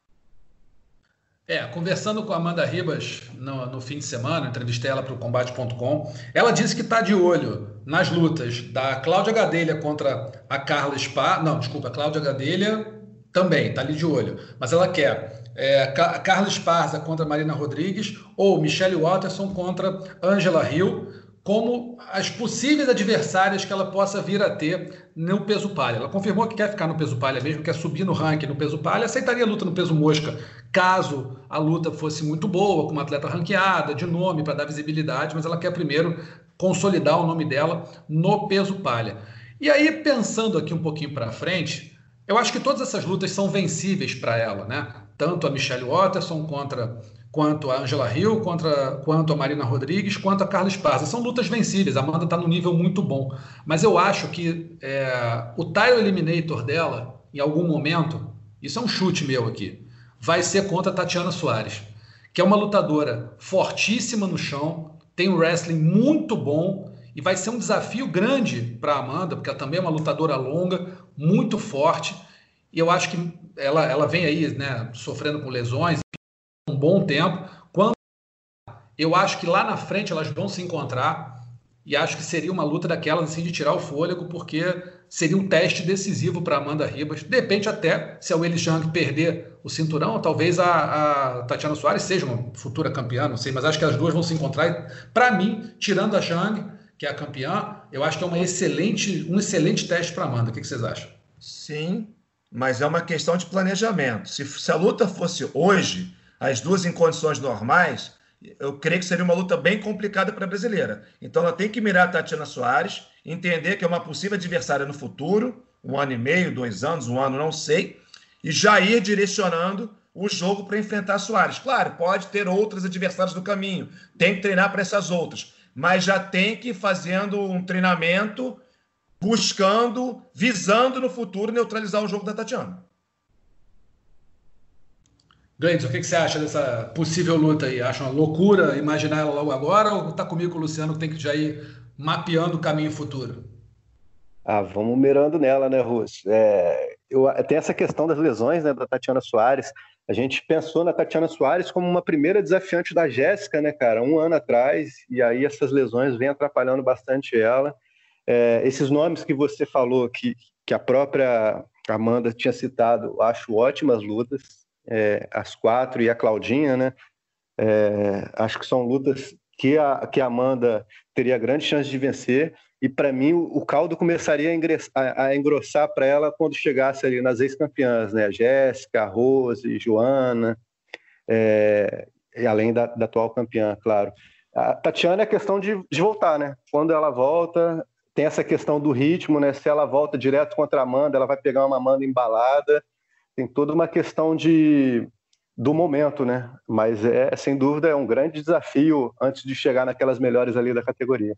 É, conversando com a Amanda Ribas no, no fim de semana, entrevistei ela para o combate ponto com, ela disse que está de olho nas lutas da Cláudia Gadelha contra a Carla Esparza, não, desculpa, a Cláudia Gadelha também está ali de olho, mas ela quer é, a Carla Esparza contra a Marina Rodrigues ou Michelle Waterson contra Angela Hill, como as possíveis adversárias que ela possa vir a ter no peso palha. Ela confirmou que quer ficar no peso palha mesmo, quer subir no ranking no peso palha, aceitaria a luta no peso mosca, caso a luta fosse muito boa, com uma atleta ranqueada, de nome, para dar visibilidade, mas ela quer primeiro consolidar o nome dela no peso palha. E aí, pensando aqui um pouquinho para frente, eu acho que todas essas lutas são vencíveis para ela, né? Tanto a Michelle Waterson contra... quanto a Angela Hill, contra, quanto a Marina Rodrigues, quanto a Carla Esparza. São lutas vencíveis, a Amanda está num nível muito bom. Mas eu acho que é, o title eliminator dela, em algum momento, isso é um chute meu aqui, vai ser contra a Tatiana Suárez, que é uma lutadora fortíssima no chão, tem um wrestling muito bom, e vai ser um desafio grande para a Amanda, porque ela também é uma lutadora longa, muito forte, e eu acho que ela, ela vem aí, né, sofrendo com lesões, um bom tempo. Quando eu acho que lá na frente elas vão se encontrar e acho que seria uma luta daquelas assim de tirar o fôlego, porque seria um teste decisivo para Amanda Ribas. De repente até se a Weili Zhang perder o cinturão, talvez a, a Tatiana Suárez seja uma futura campeã, não sei, mas acho que as duas vão se encontrar. Para mim, tirando a Zhang, que é a campeã, eu acho que é uma excelente, um excelente teste para Amanda. O que, que vocês acham? Sim, mas é uma questão de planejamento. Se, se a luta fosse hoje, as duas em condições normais, eu creio que seria uma luta bem complicada para a brasileira. Então ela tem que mirar a Tatiana Suárez, entender que é uma possível adversária no futuro, um ano e meio, dois anos, um ano, não sei, e já ir direcionando o jogo para enfrentar a Suárez. Claro, pode ter outras adversárias no caminho, tem que treinar para essas outras, mas já tem que ir fazendo um treinamento, buscando, visando no futuro neutralizar o jogo da Tatiana. Gleidson, o que você acha dessa possível luta aí? Acha uma loucura imaginar ela logo agora ou está comigo com o Luciano que tem que já ir mapeando o caminho futuro? Ah, vamos mirando nela, né, Russo? É, eu, tem essa questão das lesões, né, da Tatiana Suárez. A gente pensou na Tatiana Suárez como uma primeira desafiante da Jéssica, né, cara, um ano atrás, e aí essas lesões vêm atrapalhando bastante ela. É, esses nomes que você falou, que, que a própria Amanda tinha citado, acho ótimas lutas. É, as quatro e a Claudinha, né? É, acho que são lutas que a, que a Amanda teria grande chance de vencer, e para mim o, o caldo começaria a, ingress, a, a engrossar para ela quando chegasse ali nas ex-campeãs, né? A Jéssica, a Rose, Joana, é, e além da, da atual campeã, claro. A Tatiana é questão de, de voltar, né? Quando ela volta, tem essa questão do ritmo, né? Se ela volta direto contra a Amanda, ela vai pegar uma Amanda embalada. tem toda uma questão de, do momento, né? Mas, é, sem dúvida, é um grande desafio antes de chegar naquelas melhores ali da categoria.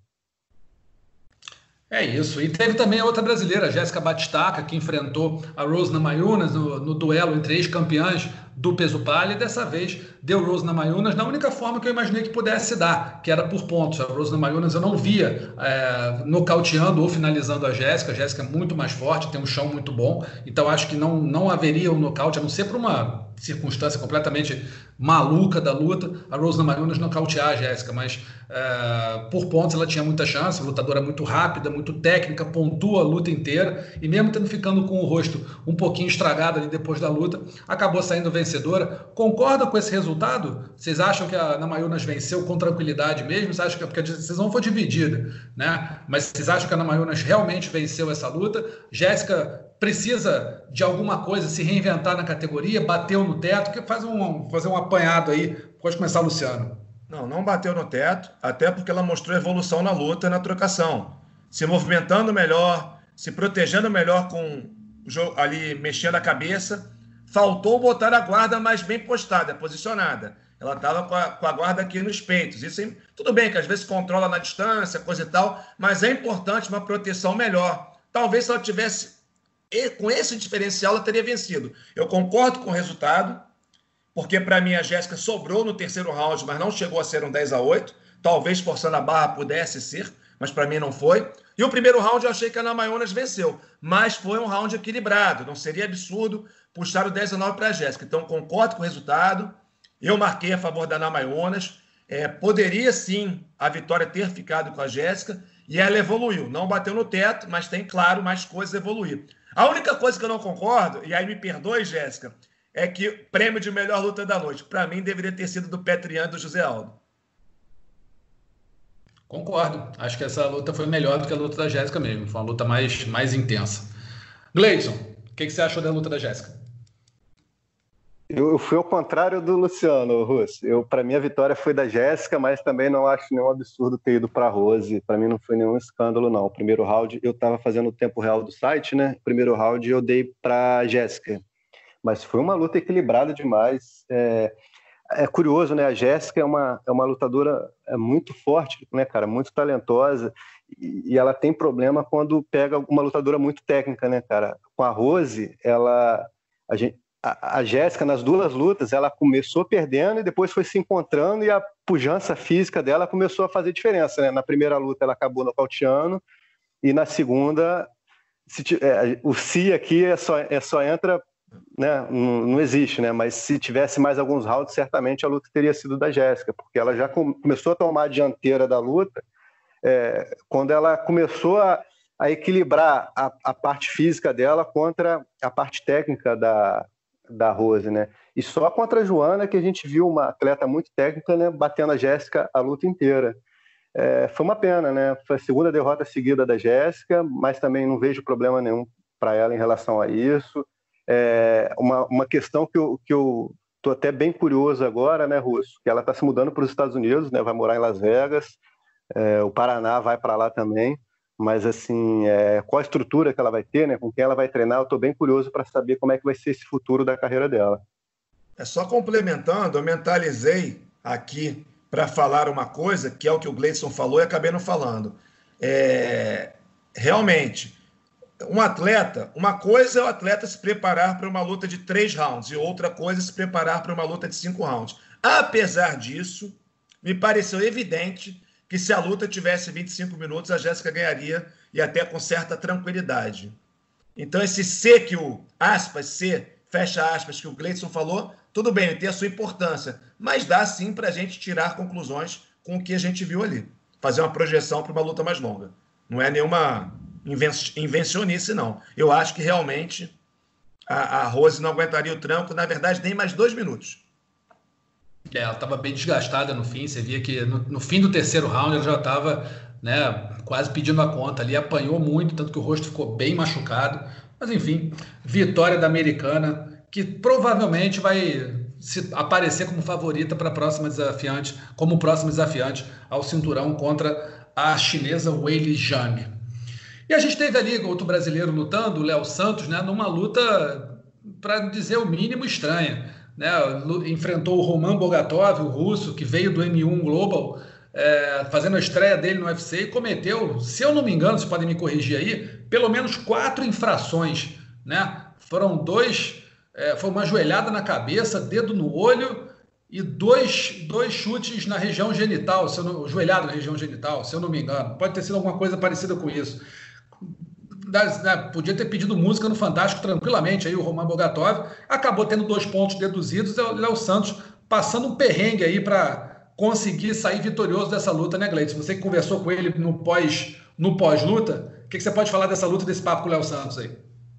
É isso. E teve também a outra brasileira, a Jéssica Batistaca, que enfrentou a Rose Namajunas no, no duelo entre ex-campeãs do peso palha, e dessa vez deu Rose Namajunas na única forma que eu imaginei que pudesse dar, que era por pontos. A Rose Namajunas eu não via é, nocauteando ou finalizando a Jéssica. A Jéssica é muito mais forte, tem um chão muito bom, então acho que não, não haveria um nocaute, a não ser por uma circunstância completamente maluca da luta, a Rose Namajunas nocautear a Jéssica, mas é, por pontos ela tinha muita chance, lutadora muito rápida, muito técnica, pontua a luta inteira, e mesmo tendo ficando com o rosto um pouquinho estragado ali depois da luta, acabou saindo vencedora. Concorda com esse resultado? Vocês acham que a Namajunas venceu com tranquilidade mesmo? Vocês acham que porque a decisão foi dividida, né? Mas vocês acham que a Namajunas realmente venceu essa luta? Jéssica precisa de alguma coisa, se reinventar na categoria, bateu no teto, que faz um, fazer um apanhado aí. Pode começar, Luciano. Não, não bateu no teto, até porque ela mostrou evolução na luta, na trocação. Se movimentando melhor, se protegendo melhor com ali mexendo a cabeça. Faltou botar a guarda mais bem postada, posicionada. Ela estava com, com a guarda aqui nos peitos. Isso é, tudo bem que às vezes controla na distância, coisa e tal, mas é importante uma proteção melhor. Talvez se ela tivesse E com esse diferencial, ela teria vencido. Eu concordo com o resultado, porque para mim a Jéssica sobrou no terceiro round, mas não chegou a ser um dez a oito. Talvez forçando a barra pudesse ser, mas para mim não foi. E o primeiro round eu achei que a Namajunas venceu, mas foi um round equilibrado. Não seria absurdo puxar o dez a nove para a Jéssica. Então concordo com o resultado. Eu marquei a favor da Namajunas. É, poderia sim a vitória ter ficado com a Jéssica, e ela evoluiu. Não bateu no teto, mas tem, claro, mais coisas a evoluir. A única coisa que eu não concordo, e aí me perdoe, Jéssica, é que o prêmio de melhor luta da noite, para mim, deveria ter sido do Petrian e do José Aldo. Concordo. Acho que essa luta foi melhor do que a luta da Jéssica mesmo. Foi uma luta mais, mais intensa. Gleison, o que, que você achou da luta da Jéssica? Eu, eu fui ao contrário do Luciano, Russo. Eu, para mim, a vitória foi da Jéssica, mas também não acho nenhum absurdo ter ido para a Rose. Para mim, não foi nenhum escândalo, não. O primeiro round, eu estava fazendo o tempo real do site, né? O primeiro round eu dei para a Jéssica. Mas foi uma luta equilibrada demais. É, é curioso, né? A Jéssica é uma, é uma lutadora é muito forte, né, cara? Muito talentosa. E, e ela tem problema quando pega uma lutadora muito técnica, né, cara? Com a Rose, ela... A gente, A, a Jéssica, nas duas lutas, ela começou perdendo e depois foi se encontrando, e a pujança física dela começou a fazer diferença, né? Na primeira luta ela acabou nocauteando, e na segunda se, é, o se aqui é só, é só entra, né? Não, não existe, né? Mas se tivesse mais alguns rounds, certamente a luta teria sido da Jéssica, porque ela já com, começou a tomar a dianteira da luta é, quando ela começou a, a equilibrar a, a parte física dela contra a parte técnica da da Rose, né? E só contra a Joana que a gente viu uma atleta muito técnica, né, batendo a Jéssica a luta inteira. É, foi uma pena, né? Foi a segunda derrota seguida da Jéssica, mas também não vejo problema nenhum para ela em relação a isso. É uma, uma questão que eu, que eu tô até bem curioso agora, né, Russo? Que ela está se mudando para os Estados Unidos, né? Vai morar em Las Vegas, é, o Paraná vai para lá também. Mas, assim, é, qual a estrutura que ela vai ter, né? Com quem ela vai treinar, eu estou bem curioso para saber como é que vai ser esse futuro da carreira dela. É só complementando, eu mentalizei aqui para falar uma coisa, que é o que o Gleison falou e acabei não falando. É, realmente, um atleta, uma coisa é o atleta se preparar para uma luta de três rounds e outra coisa é se preparar para uma luta de cinco rounds. Apesar disso, me pareceu evidente que se a luta tivesse vinte e cinco minutos, a Jéssica ganharia, e até com certa tranquilidade. Então, esse C que o, aspas, C, fecha aspas, que o Gleison falou, tudo bem, tem a sua importância, mas dá sim para a gente tirar conclusões com o que a gente viu ali. Fazer uma projeção para uma luta mais longa. Não é nenhuma invencionice, não. Eu acho que realmente a, a Rose não aguentaria o tranco, na verdade, nem mais dois minutos. É, ela estava bem desgastada no fim, você via que no, no fim do terceiro round ela já estava, né, quase pedindo a conta ali, apanhou muito, tanto que o rosto ficou bem machucado, mas enfim, vitória da americana, que provavelmente vai se aparecer como favorita para a próxima desafiante, como próximo desafiante ao cinturão contra a chinesa Weili Zhang. E a gente teve ali outro brasileiro lutando, o Léo Santos, né, numa luta para dizer o mínimo, estranha. Né? Enfrentou o Roman Bogatov, o russo, que veio do M um Global, é, fazendo a estreia dele no U F C, e cometeu, se eu não me engano, vocês podem me corrigir aí, pelo menos quatro infrações. Né? Foram dois, é, foi uma joelhada na cabeça, dedo no olho e dois, dois chutes na região genital, se eu não, joelhado na região genital, se eu não me engano. Pode ter sido alguma coisa parecida com isso. Podia ter pedido música no Fantástico tranquilamente, aí o Roman Bogatov acabou tendo dois pontos deduzidos, e o Léo Santos passando um perrengue aí para conseguir sair vitorioso dessa luta, né, Gleitson? Você que conversou com ele no pós, no pós-luta, o que, que você pode falar dessa luta, desse papo com o Léo Santos aí?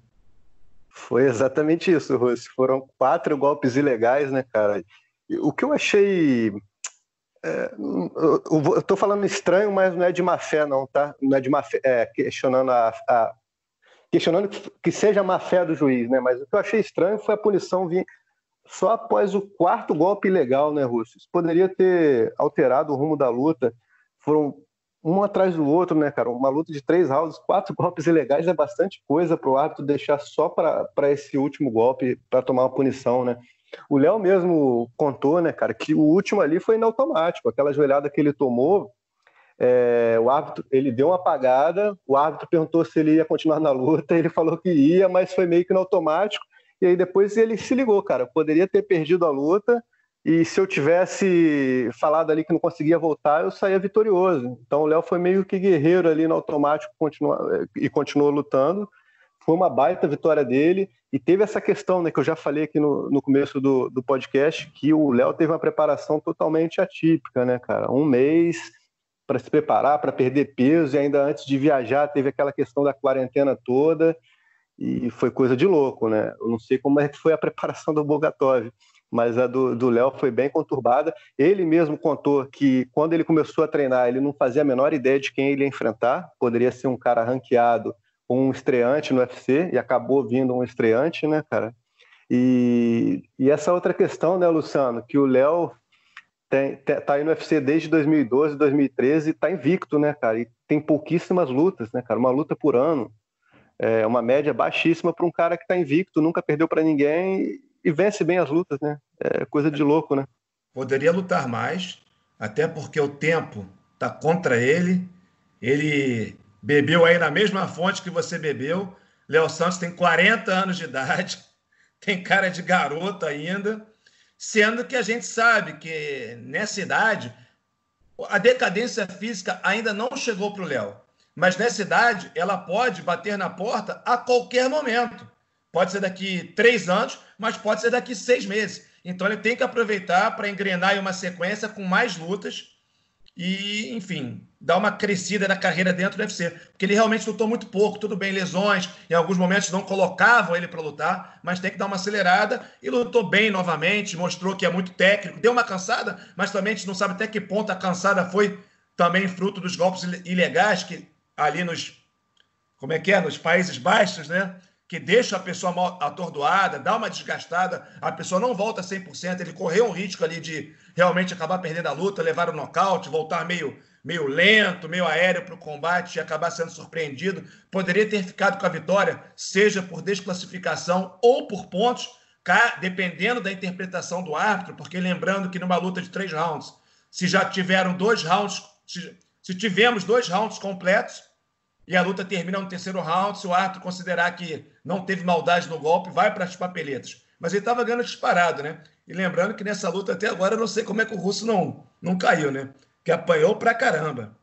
Foi exatamente isso, Rossi. Foram quatro golpes ilegais, né, cara? O que eu achei... É, eu estou falando estranho, mas não é de má fé, não, tá? Não é de má fé, é, questionando a, a questionando que seja má fé do juiz, né? Mas o que eu achei estranho foi a punição vir só após o quarto golpe ilegal, né, Russo? Isso poderia ter alterado o rumo da luta. Foram um atrás do outro, né, cara? Uma luta de três rounds, quatro golpes ilegais é bastante coisa para o árbitro deixar só para esse último golpe para tomar uma punição, né? O Léo mesmo contou, né, cara, que o último ali foi no automático. Aquela joelhada que ele tomou, é, o árbitro, ele deu uma apagada, o árbitro perguntou se ele ia continuar na luta, ele falou que ia, mas foi meio que no automático, e aí depois ele se ligou, cara, poderia ter perdido a luta, e se eu tivesse falado ali que não conseguia voltar, eu saía vitorioso. Então o Léo foi meio que guerreiro ali no automático, continua, e continuou lutando. Foi uma baita vitória dele, e teve essa questão, né, que eu já falei aqui no, no começo do, do podcast, que o Léo teve uma preparação totalmente atípica, né, cara? Um mês para se preparar, para perder peso, e ainda antes de viajar teve aquela questão da quarentena toda, e foi coisa de louco, né? Eu não sei como é que foi a preparação do Bogatov, mas a do Léo foi bem conturbada. Ele mesmo contou que quando ele começou a treinar, ele não fazia a menor ideia de quem ele ia enfrentar, poderia ser um cara ranqueado, um estreante no U F C, e acabou vindo um estreante, né, cara? E, e essa outra questão, né, Luciano, que o Léo tem, tem, tá aí no U F C desde dois mil e doze, dois mil e treze, e tá invicto, né, cara? E tem pouquíssimas lutas, né, cara? Uma luta por ano, é uma média baixíssima para um cara que tá invicto, nunca perdeu para ninguém e vence bem as lutas, né? É coisa de louco, né? Poderia lutar mais, até porque o tempo tá contra ele, ele... bebeu aí na mesma fonte que você bebeu. Léo Santos tem quarenta anos de idade, tem cara de garoto ainda, sendo que a gente sabe que nessa idade a decadência física ainda não chegou para o Léo, mas nessa idade ela pode bater na porta a qualquer momento. Pode ser daqui três anos, mas pode ser daqui seis meses. Então ele tem que aproveitar para engrenar em uma sequência com mais lutas e, enfim, dar uma crescida na carreira dentro do U F C, porque ele realmente lutou muito pouco, tudo bem, lesões, em alguns momentos não colocavam ele para lutar, mas tem que dar uma acelerada, e lutou bem novamente, mostrou que é muito técnico, deu uma cansada, mas também a gente não sabe até que ponto a cansada foi também fruto dos golpes ilegais, que ali nos, como é que é, nos Países Baixos, né, que deixa a pessoa mal atordoada, dá uma desgastada, a pessoa não volta cem por cento, ele correu um risco ali de realmente acabar perdendo a luta, levar o nocaute, voltar meio, meio lento, meio aéreo para o combate e acabar sendo surpreendido. Poderia ter ficado com a vitória, seja por desclassificação ou por pontos, dependendo da interpretação do árbitro, porque lembrando que numa luta de três rounds, se já tiveram dois rounds, se, se tivemos dois rounds completos, e a luta termina no terceiro round, se o árbitro considerar que não teve maldade no golpe, vai para as papeletas. Mas ele estava ganhando disparado, né? E lembrando que nessa luta até agora eu não sei como é que o russo não, não caiu, né? Que apanhou pra caramba.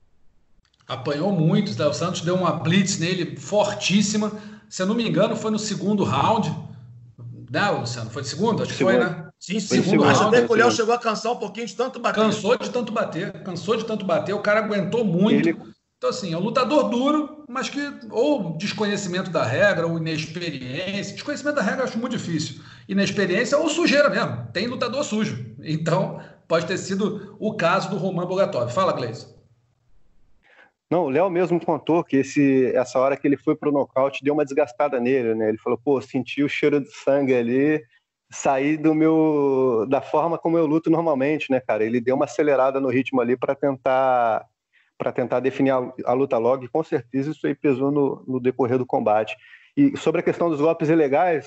Apanhou muito, tá? O Santos deu uma blitz nele fortíssima. Se eu não me engano, foi no segundo round. Não, Luciano, foi no segundo? Acho que foi, né? Sim, sim. Segundo round. Até que o Léo chegou a cansar um pouquinho de tanto bater. Cansou de tanto bater, cansou de tanto bater. O cara aguentou muito. Ele... Então, assim, é um lutador duro, mas que ou desconhecimento da regra, ou inexperiência. Desconhecimento da regra eu acho muito difícil. Inexperiência ou sujeira mesmo. Tem lutador sujo. Então, pode ter sido o caso do Roman Bogatov. Fala, Gleison. Não, o Léo mesmo contou que esse, essa hora que ele foi pro nocaute deu uma desgastada nele, né? Ele falou, pô, senti o cheiro de sangue ali, saí do meu, da forma como eu luto normalmente, né, cara? Ele deu uma acelerada no ritmo ali para tentar... para tentar definir a, a luta logo, e com certeza isso aí pesou no, no decorrer do combate. E sobre a questão dos golpes ilegais,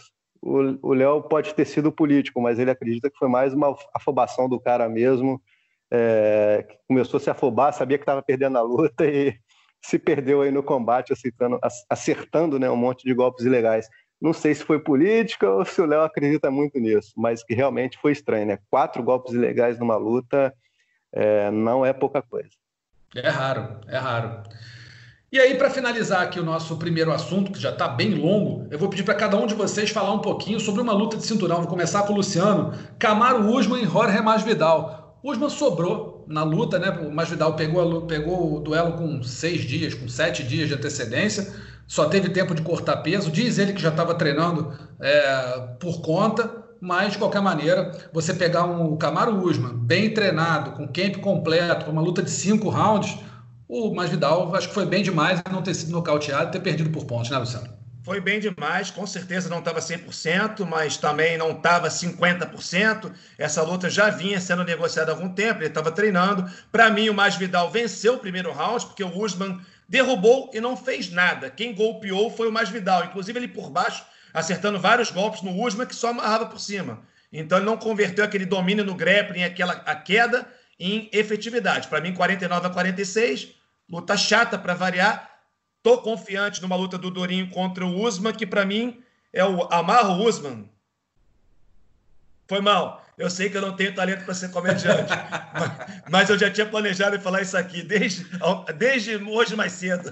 o Léo pode ter sido político, mas ele acredita que foi mais uma afobação do cara mesmo, é, que começou a se afobar, sabia que estava perdendo a luta e se perdeu aí no combate, acertando, acertando né, um monte de golpes ilegais. Não sei se foi política ou se o Léo acredita muito nisso, mas que realmente foi estranho, né? Quatro golpes ilegais numa luta é, não é pouca coisa. É raro, é raro. E aí, para finalizar aqui o nosso primeiro assunto, que já está bem longo, eu vou pedir para cada um de vocês falar um pouquinho sobre uma luta de cinturão. Vou começar com o Luciano. Kamaru Usman e Jorge Masvidal. Usman sobrou na luta, né? O Masvidal pegou, a, pegou o duelo com seis dias, com sete dias de antecedência. Só teve tempo de cortar peso. Diz ele que já estava treinando é, por conta. Mas, de qualquer maneira, você pegar um Kamaru Usman bem treinado, com camp completo, uma luta de cinco rounds... O Masvidal, acho que foi bem demais não ter sido nocauteado e ter perdido por pontos, né, Luciano? Foi bem demais, com certeza não estava cem por cento, mas também não estava cinquenta por cento. Essa luta já vinha sendo negociada há algum tempo, ele estava treinando. Para mim, o Masvidal venceu o primeiro round, porque o Usman derrubou e não fez nada. Quem golpeou foi o Masvidal, inclusive ele por baixo, acertando vários golpes no Usman, que só amarrava por cima. Então ele não converteu aquele domínio no grappling, aquela, a queda, em efetividade. Para mim, quarenta e nove a quarenta e seis, luta chata para variar. Tô confiante numa luta do Durinho contra o Usman, que para mim é o Amarro Usman. Foi mal. Eu sei que eu não tenho talento para ser comediante, mas, mas eu já tinha planejado em falar isso aqui desde, desde hoje mais cedo.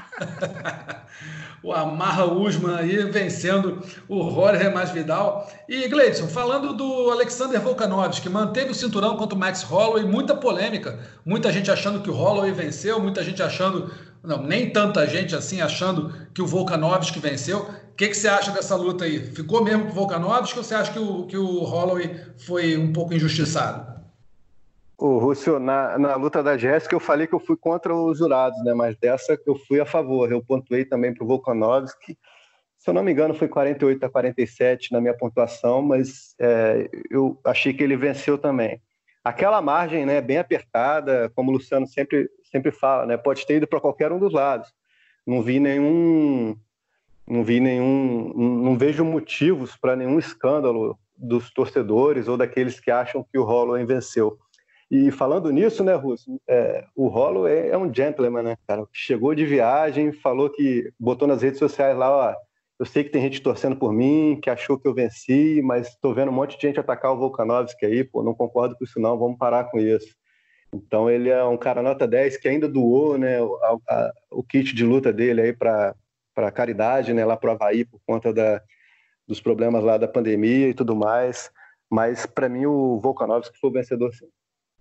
O Amarra Usman aí vencendo o Jorge Masvidal. E, Gleidson, falando do Alexander Volkanovski, que manteve o cinturão contra o Max Holloway, muita polêmica. Muita gente achando que o Holloway venceu, muita gente achando... Não, nem tanta gente assim achando que o Volkanovski venceu. O que, que você acha dessa luta aí? Ficou mesmo com o Volkanovski ou você acha que o, que o Holloway foi um pouco injustiçado? O Rússio, na, na luta da Jéssica, eu falei que eu fui contra os jurados, né? Mas dessa eu fui a favor. Eu pontuei também para o Volkanovski. Se eu não me engano, foi quarenta e oito a quarenta e sete na minha pontuação, mas é, eu achei que ele venceu também. Aquela margem, né, bem apertada, como o Luciano sempre, sempre fala, né? Pode ter ido para qualquer um dos lados. Não vi nenhum... Não vi nenhum... Não vejo motivos para nenhum escândalo dos torcedores ou daqueles que acham que o Holloway venceu. E falando nisso, né, Russo, é, o Holloway é um gentleman, né, cara? Chegou de viagem, falou que, botou nas redes sociais lá, ó, eu sei que tem gente torcendo por mim, que achou que eu venci, mas tô vendo um monte de gente atacar o Volkanovski aí, pô, não concordo com isso não, vamos parar com isso. Então ele é um cara nota dez que ainda doou, né, a, a, o kit de luta dele aí para para caridade, né, lá pro Havaí, por conta da, dos problemas lá da pandemia e tudo mais, mas para mim o Volkanovski foi o vencedor, sim.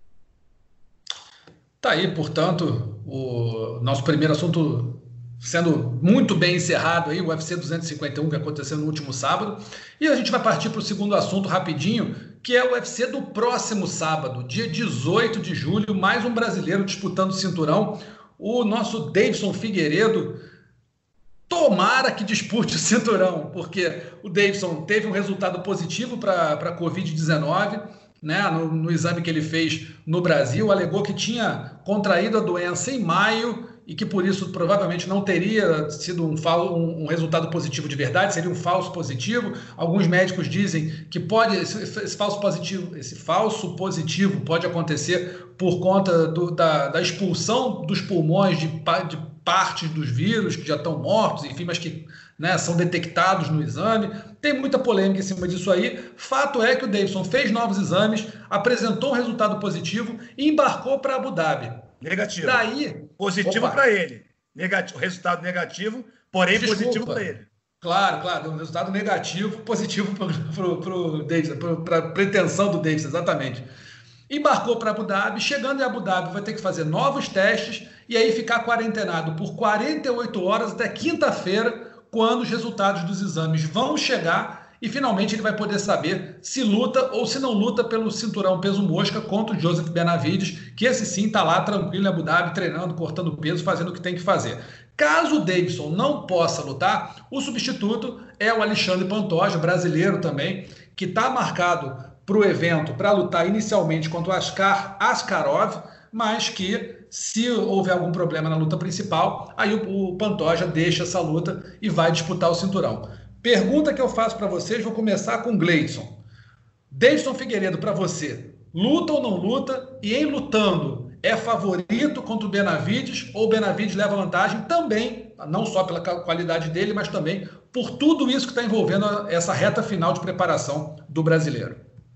Tá aí, portanto, o nosso primeiro assunto sendo muito bem encerrado aí, o U F C duzentos e cinquenta e um que aconteceu no último sábado, e a gente vai partir para o segundo assunto rapidinho, que é o U F C do próximo sábado, dia dezoito de julho, mais um brasileiro disputando o cinturão, o nosso Deiveson Figueiredo. Tomara que dispute o cinturão, porque o Deiveson teve um resultado positivo para a covid dezenove, né, no, no exame que ele fez no Brasil, alegou que tinha contraído a doença em maio e que por isso provavelmente não teria sido um, um, um resultado positivo de verdade, seria um falso positivo. Alguns médicos dizem que pode esse, esse falso positivo, esse falso positivo pode acontecer por conta do, da, da expulsão dos pulmões de, de partes dos vírus que já estão mortos, enfim, mas que, né, são detectados no exame. Tem muita polêmica em cima disso aí. Fato é que o Deiveson fez novos exames, apresentou um resultado positivo e embarcou para Abu Dhabi. Negativo. Daí, positivo para ele. Negativo, resultado negativo, porém Desculpa. positivo para ele. Claro, claro, um resultado negativo, positivo para o Deiveson, para a pretensão do Deiveson, exatamente. Embarcou para Abu Dhabi, chegando em Abu Dhabi vai ter que fazer novos testes e aí ficar quarentenado por quarenta e oito horas até quinta-feira, quando os resultados dos exames vão chegar e finalmente ele vai poder saber se luta ou se não luta pelo cinturão peso mosca contra o Joseph Benavides, que esse sim está lá tranquilo em Abu Dhabi, treinando, cortando peso, fazendo o que tem que fazer. Caso o Deiveson não possa lutar, o substituto é o Alexandre Pantoja, brasileiro também, que está marcado para o evento para lutar inicialmente contra o Askar Askarov, mas que se houver algum problema na luta principal, aí o, o Pantoja deixa essa luta e vai disputar o cinturão. Pergunta que eu faço para vocês, vou começar com o Gleidson. Davidson Figueiredo, para você, luta ou não luta? E em lutando, é favorito contra o Benavides ou o Benavides leva vantagem também, não só pela qualidade dele, mas também por tudo isso que está envolvendo essa reta final de preparação do brasileiro?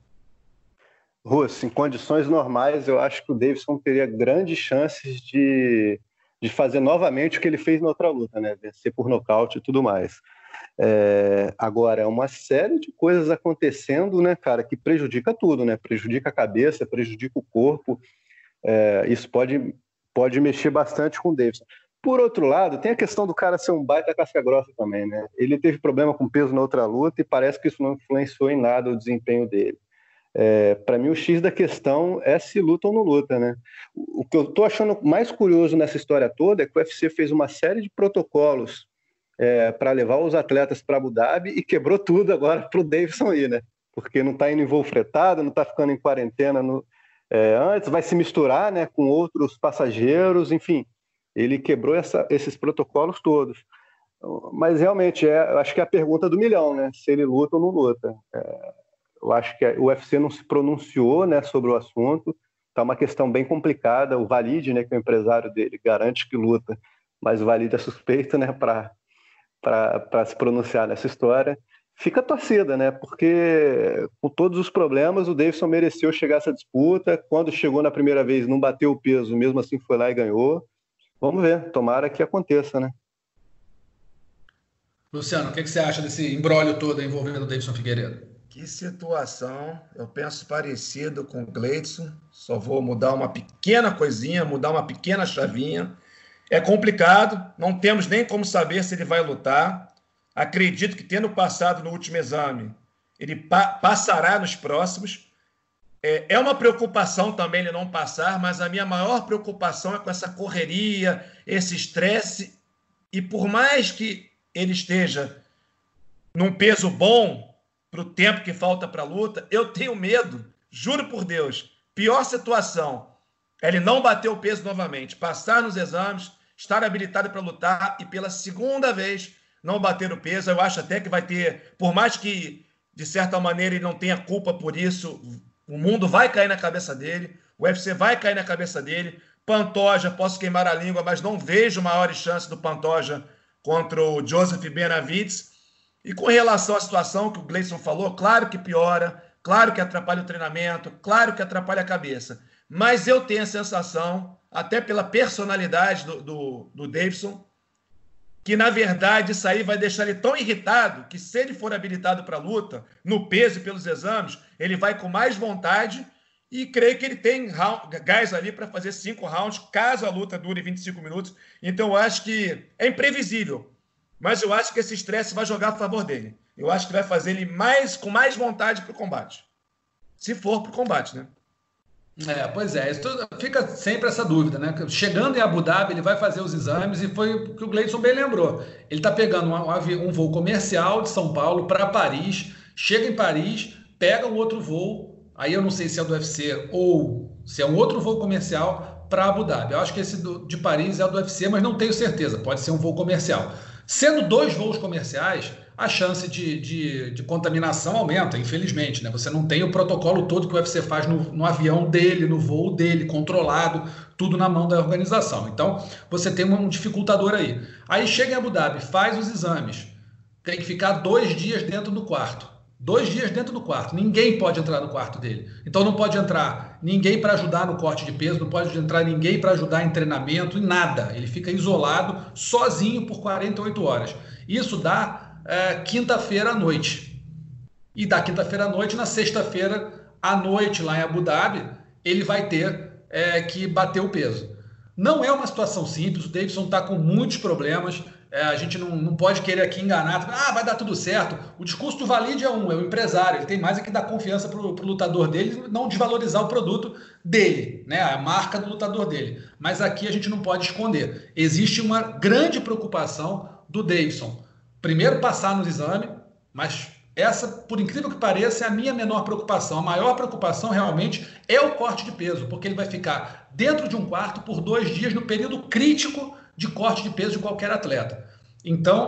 Russo, em condições normais, eu acho que o Davidson teria grandes chances de, de fazer novamente o que ele fez na outra luta, né? Vencer por nocaute e tudo mais. É, agora, é uma série de coisas acontecendo, né, cara, que prejudica tudo, né? Prejudica a cabeça, prejudica o corpo. É, isso pode, pode mexer bastante com o Davidson. Por outro lado, tem a questão do cara ser um baita casca-grossa também, né? Ele teve problema com peso na outra luta e parece que isso não influenciou em nada o desempenho dele. É, para mim, o X da questão é se luta ou não luta, né? O, o que eu estou achando mais curioso nessa história toda é que o U F C fez uma série de protocolos É, para levar os atletas para Abu Dhabi e quebrou tudo agora para o Davidson ir, né? Porque não está indo em voo fretado, não está ficando em quarentena no, é, antes, vai se misturar, né, com outros passageiros, enfim, ele quebrou essa, esses protocolos todos. Mas realmente, é, eu acho que é a pergunta do milhão, né? Se ele luta ou não luta. É, eu acho que o U F C não se pronunciou, né, sobre o assunto, está uma questão bem complicada. O Valide, né, que é o empresário dele, garante que luta, mas o Valide é suspeito, né, para para se pronunciar nessa história. Fica a torcida, né? Porque com todos os problemas, o Davidson mereceu chegar a essa disputa. Quando chegou na primeira vez, não bateu o peso, mesmo assim foi lá e ganhou. Vamos ver, tomara que aconteça, né? Luciano, o que, que você acha desse imbróglio todo envolvendo o Davidson Figueiredo? Que situação, eu penso parecido com o Gleidson, só vou mudar uma pequena coisinha, mudar uma pequena chavinha. É complicado, não temos nem como saber se ele vai lutar. Acredito que, tendo passado no último exame, ele pa passará nos próximos. É, é uma preocupação também ele não passar, mas a minha maior preocupação é com essa correria, esse estresse. E por mais que ele esteja num peso bom para o tempo que falta para a luta, eu tenho medo, juro por Deus, pior situação é ele não bater o peso novamente, passar nos exames, estar habilitado para lutar e pela segunda vez não bater o peso. Eu acho até que vai ter, por mais que de certa maneira ele não tenha culpa por isso, o mundo vai cair na cabeça dele, o U F C vai cair na cabeça dele. Pantoja, posso queimar a língua, mas não vejo maiores chances do Pantoja contra o Joseph Benavides. E com relação à situação que o Gleidson falou, claro que piora, claro que atrapalha o treinamento, claro que atrapalha a cabeça. Mas eu tenho a sensação, até pela personalidade do, do, do Davidson, que, na verdade, isso aí vai deixar ele tão irritado que, se ele for habilitado para a luta, no peso e pelos exames, ele vai com mais vontade e creio que ele tem round, gás ali para fazer cinco rounds, caso a luta dure vinte e cinco minutos. Então, eu acho que é imprevisível, mas eu acho que esse estresse vai jogar a favor dele. Eu acho que vai fazer ele mais, com mais vontade para o combate. Se for para o combate, né? É, pois é, isso fica sempre essa dúvida, né? Chegando em Abu Dhabi, ele vai fazer os exames e foi o que o Gleidson bem lembrou. Ele está pegando um, um voo comercial de São Paulo para Paris, chega em Paris, pega um outro voo, aí eu não sei se é do U F C ou se é um outro voo comercial para Abu Dhabi. Eu acho que esse do, de Paris é o do U F C, mas não tenho certeza, pode ser um voo comercial. Sendo dois voos comerciais, a chance de, de, de contaminação aumenta, infelizmente, né? Você não tem o protocolo todo que o U F C faz no, no avião dele, no voo dele, controlado, tudo na mão da organização. Então, você tem um dificultador aí. Aí chega em Abu Dhabi, faz os exames, tem que ficar dois dias dentro do quarto. Dois dias dentro do quarto. Ninguém pode entrar no quarto dele. Então, não pode entrar ninguém para ajudar no corte de peso, não pode entrar ninguém para ajudar em treinamento, em nada. Ele fica isolado, sozinho por quarenta e oito horas. Isso dá É, quinta-feira à noite. E da quinta-feira à noite, na sexta-feira à noite, lá em Abu Dhabi, ele vai ter é, que bater o peso. Não é uma situação simples, o Davidson está com muitos problemas, é, a gente não, não pode querer aqui enganar, ah, vai dar tudo certo. O discurso do Valide é um, é o empresário, ele tem mais é que dar confiança para o lutador dele, não desvalorizar o produto dele, né, a marca do lutador dele. Mas aqui a gente não pode esconder. Existe uma grande preocupação do Davidson. Primeiro passar no exame, mas essa, por incrível que pareça, é a minha menor preocupação. A maior preocupação realmente é o corte de peso, porque ele vai ficar dentro de um quarto por dois dias no período crítico de corte de peso de qualquer atleta. Então,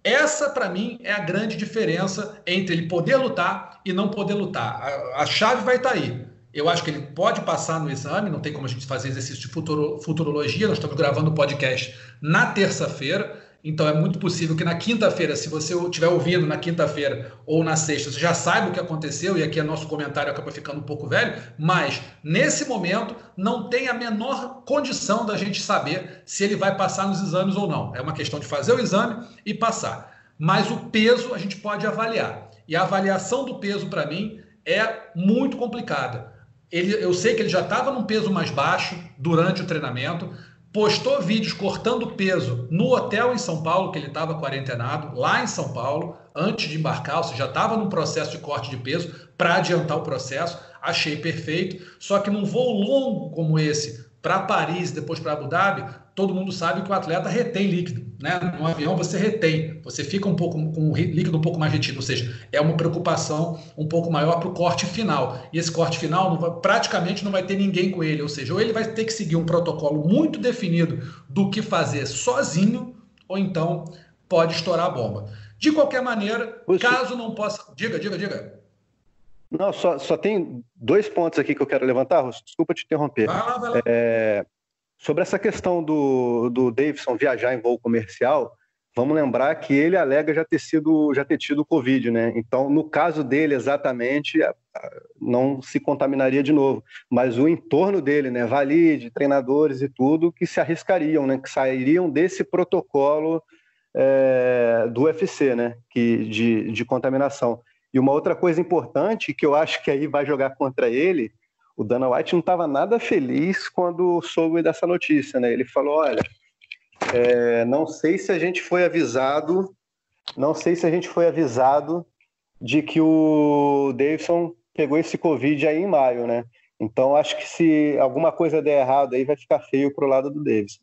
Essa, para mim, é a grande diferença entre ele poder lutar e não poder lutar. A, a chave vai estar aí. Eu acho que ele pode passar no exame, não tem como a gente fazer exercício de futuro, futurologia, nós estamos gravando o podcast na terça-feira, então é muito possível que na quinta-feira, se você estiver ouvindo na quinta-feira ou na sexta, você já saiba o que aconteceu, e aqui é nosso comentário acaba ficando um pouco velho, mas nesse momento não tem a menor condição da gente saber se ele vai passar nos exames ou não. É uma questão de fazer o exame e passar. Mas o peso a gente pode avaliar. E a avaliação do peso, para mim, é muito complicada. Ele, eu sei que ele já estava num peso mais baixo durante o treinamento, postou vídeos cortando peso no hotel em São Paulo, que ele estava quarentenado, lá em São Paulo, antes de embarcar, ou seja, já estava num processo de corte de peso para adiantar o processo, achei perfeito, só que num voo longo como esse, para Paris e depois para Abu Dhabi, todo mundo sabe que o atleta retém líquido, né? No avião você retém, você fica um pouco com o líquido um pouco mais retido, ou seja, é uma preocupação um pouco maior para o corte final. E esse corte final não vai, praticamente não vai ter ninguém com ele, ou seja, ou ele vai ter que seguir um protocolo muito definido do que fazer sozinho, ou então pode estourar a bomba. De qualquer maneira, Puxa. caso não possa... Diga, diga, diga. Não, só, só tem dois pontos aqui que eu quero levantar, Russo. Desculpa te interromper. Vai lá, vai lá. É, sobre essa questão do, do Davidson viajar em voo comercial, vamos lembrar que ele alega já ter, sido, já ter tido Covid, né? Então, no caso dele, exatamente, não se contaminaria de novo. Mas o entorno dele, né? Valide, treinadores e tudo, que se arriscariam, né? Que sairiam desse protocolo é, do U F C, né? Que, de, de contaminação. E uma outra coisa importante, que eu acho que aí vai jogar contra ele, o Dana White não estava nada feliz quando soube dessa notícia, né? Ele falou, olha, é, não sei se a gente foi avisado, não sei se a gente foi avisado de que o Davidson pegou esse Covid aí em maio, né? Então acho que se alguma coisa der errado aí vai ficar feio pro lado do Davidson.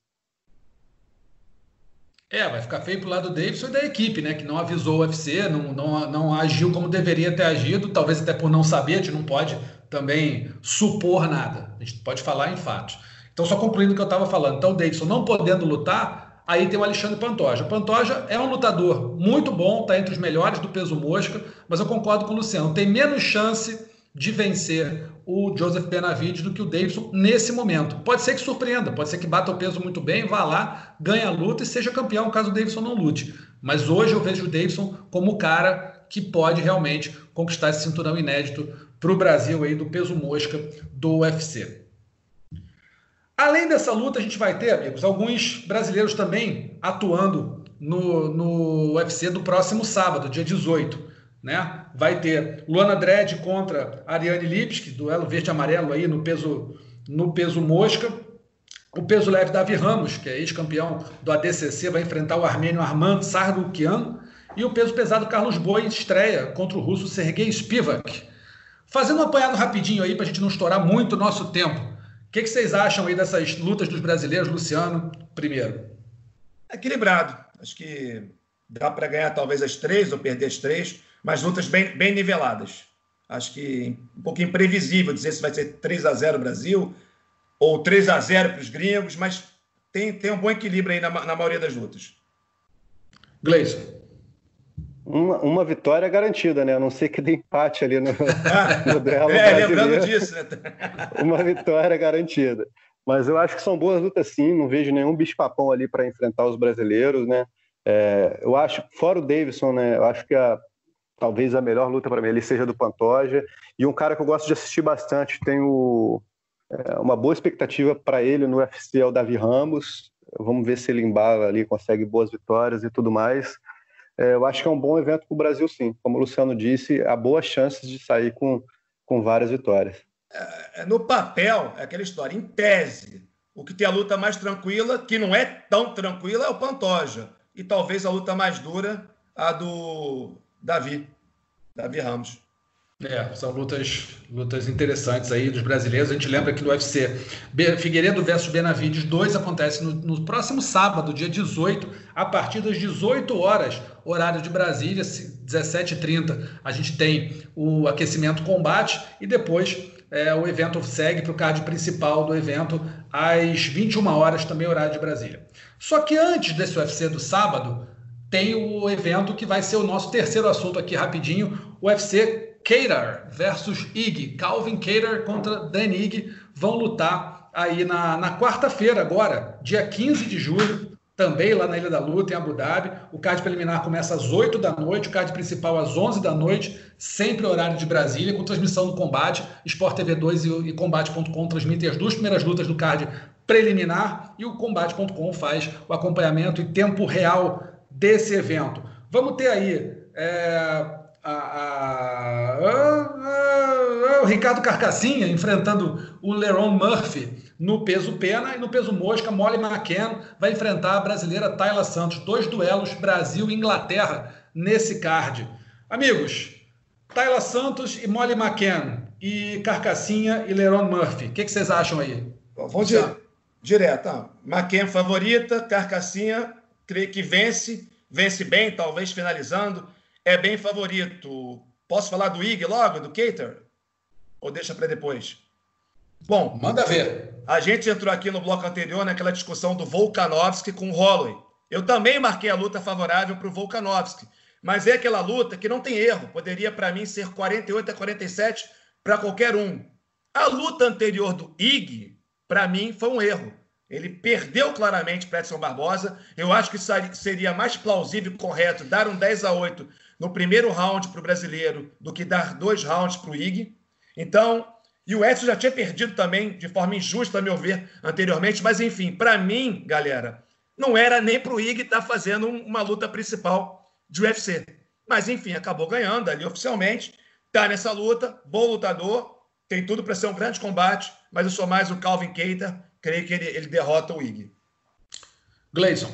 É, vai ficar feio pro lado do Davidson e da equipe, né? Que não avisou o U F C, não, não, não agiu como deveria ter agido, talvez até por não saber, a gente não pode também supor nada. A gente pode falar em fatos. Então, só concluindo o que eu estava falando. Então, o Davidson não podendo lutar, aí tem o Alexandre Pantoja. O Pantoja é um lutador muito bom, está entre os melhores do peso mosca, mas eu concordo com o Luciano, tem menos chance de vencer o Joseph Benavidez do que o Davidson nesse momento. Pode ser que surpreenda, pode ser que bata o peso muito bem, vá lá, ganhe a luta e seja campeão, caso o Davidson não lute. Mas hoje eu vejo o Davidson como o cara que pode realmente conquistar esse cinturão inédito para o Brasil aí do peso mosca do U F C. Além dessa luta, a gente vai ter, amigos, alguns brasileiros também atuando no, no U F C do próximo sábado, dia dezoito. Né? Vai ter Luana Dredd contra Ariane Lipski, duelo verde e amarelo aí no peso, no peso mosca. O peso leve Davi Ramos, que é ex-campeão do A D C C, vai enfrentar o armênio Arman Tsarukyan. E o peso pesado Carlos Boi estreia contra o russo Sergei Spivak. Fazendo um apanhado rapidinho aí para a gente não estourar muito o nosso tempo. O que, que vocês acham aí dessas lutas dos brasileiros, Luciano? Primeiro. Equilibrado. Acho que dá para ganhar talvez as três ou perder as três, mas lutas bem, bem niveladas. Acho que um pouco imprevisível dizer se vai ser três a zero Brasil ou três a zero para os gringos, mas tem, tem um bom equilíbrio aí na, na maioria das lutas. Gleison. Uma, uma vitória garantida, né? A não ser que dê empate ali no, no duelo é, brasileiro. Lembrando disso, né? Uma vitória garantida. Mas eu acho que são boas lutas sim, não vejo nenhum bicho-papão ali para enfrentar os brasileiros, né? É, eu acho, fora o Davidson, né? Eu acho que a, talvez a melhor luta para mim ali seja do Pantoja. E um cara que eu gosto de assistir bastante, tenho é, uma boa expectativa para ele no U F C é o Davi Ramos. Vamos ver se ele embala ali, consegue boas vitórias e tudo mais. É, eu acho que é um bom evento para o Brasil, sim. Como o Luciano disse, há boas chances de sair com, com várias vitórias. É, no papel, é aquela história. Em tese, o que tem a luta mais tranquila, que não é tão tranquila, é o Pantoja. E talvez a luta mais dura, a do Davi, Davi Ramos. É, são lutas, lutas interessantes aí dos brasileiros. A gente lembra que no U F C, Figueiredo versus Benavidez dois acontece no, no próximo sábado, dia dezoito, a partir das dezoito horas, horário de Brasília, dezessete e trinta. A gente tem o aquecimento combate e depois é, o evento segue para o card principal do evento às vinte e uma horas, também horário de Brasília. Só que antes desse U F C do sábado, tem o evento que vai ser o nosso terceiro assunto aqui rapidinho, o U F C Kattar versus Ig. Calvin Kattar contra Dan Ige vão lutar aí na, na quarta-feira agora, dia quinze de julho, também lá na Ilha da Luta, em Abu Dhabi. O card preliminar começa às oito da noite, o card principal às onze da noite, sempre horário de Brasília, com transmissão do Combate. Sport T V dois e, e Combate ponto com transmitem as duas primeiras lutas do card preliminar e o Combate ponto com faz o acompanhamento em tempo real desse evento. Vamos ter aí é, a, a, a, a, o Ricardo Carcassinha enfrentando o Lerone Murphy no peso pena, e no peso mosca, Molly McCann vai enfrentar a brasileira Tayla Santos. Dois duelos Brasil e Inglaterra nesse card. Amigos, Tayla Santos e Molly McCann, e Carcassinha e Lerone Murphy. O que, que vocês acham aí? Vamos di direto. Ah, McCann favorita, Carcassinha creio que vence, vence bem, talvez finalizando. É bem favorito. Posso falar do Ig logo, do Kattar? Ou deixa para depois? Bom, manda ver. A gente entrou aqui no bloco anterior naquela discussão do Volkanovski com o Holloway. Eu também marquei a luta favorável para o Volkanovski, mas é aquela luta que não tem erro. Poderia, para mim, ser quarenta e oito a quarenta e sete para qualquer um. A luta anterior do Ig, para mim, foi um erro. Ele perdeu claramente para Edson Barbosa. Eu acho que seria mais plausível e correto dar um dez a oito no primeiro round para o brasileiro do que dar dois rounds para o Ig. Então... E o Edson já tinha perdido também, de forma injusta, a meu ver, anteriormente. Mas, enfim, para mim, galera, não era nem para o Ig estar fazendo uma luta principal de U F C. Mas, enfim, acabou ganhando ali oficialmente. Está nessa luta, bom lutador, tem tudo para ser um grande combate, mas eu sou mais o Calvin Kattar, creio que ele, ele derrota o Ig. Gleison.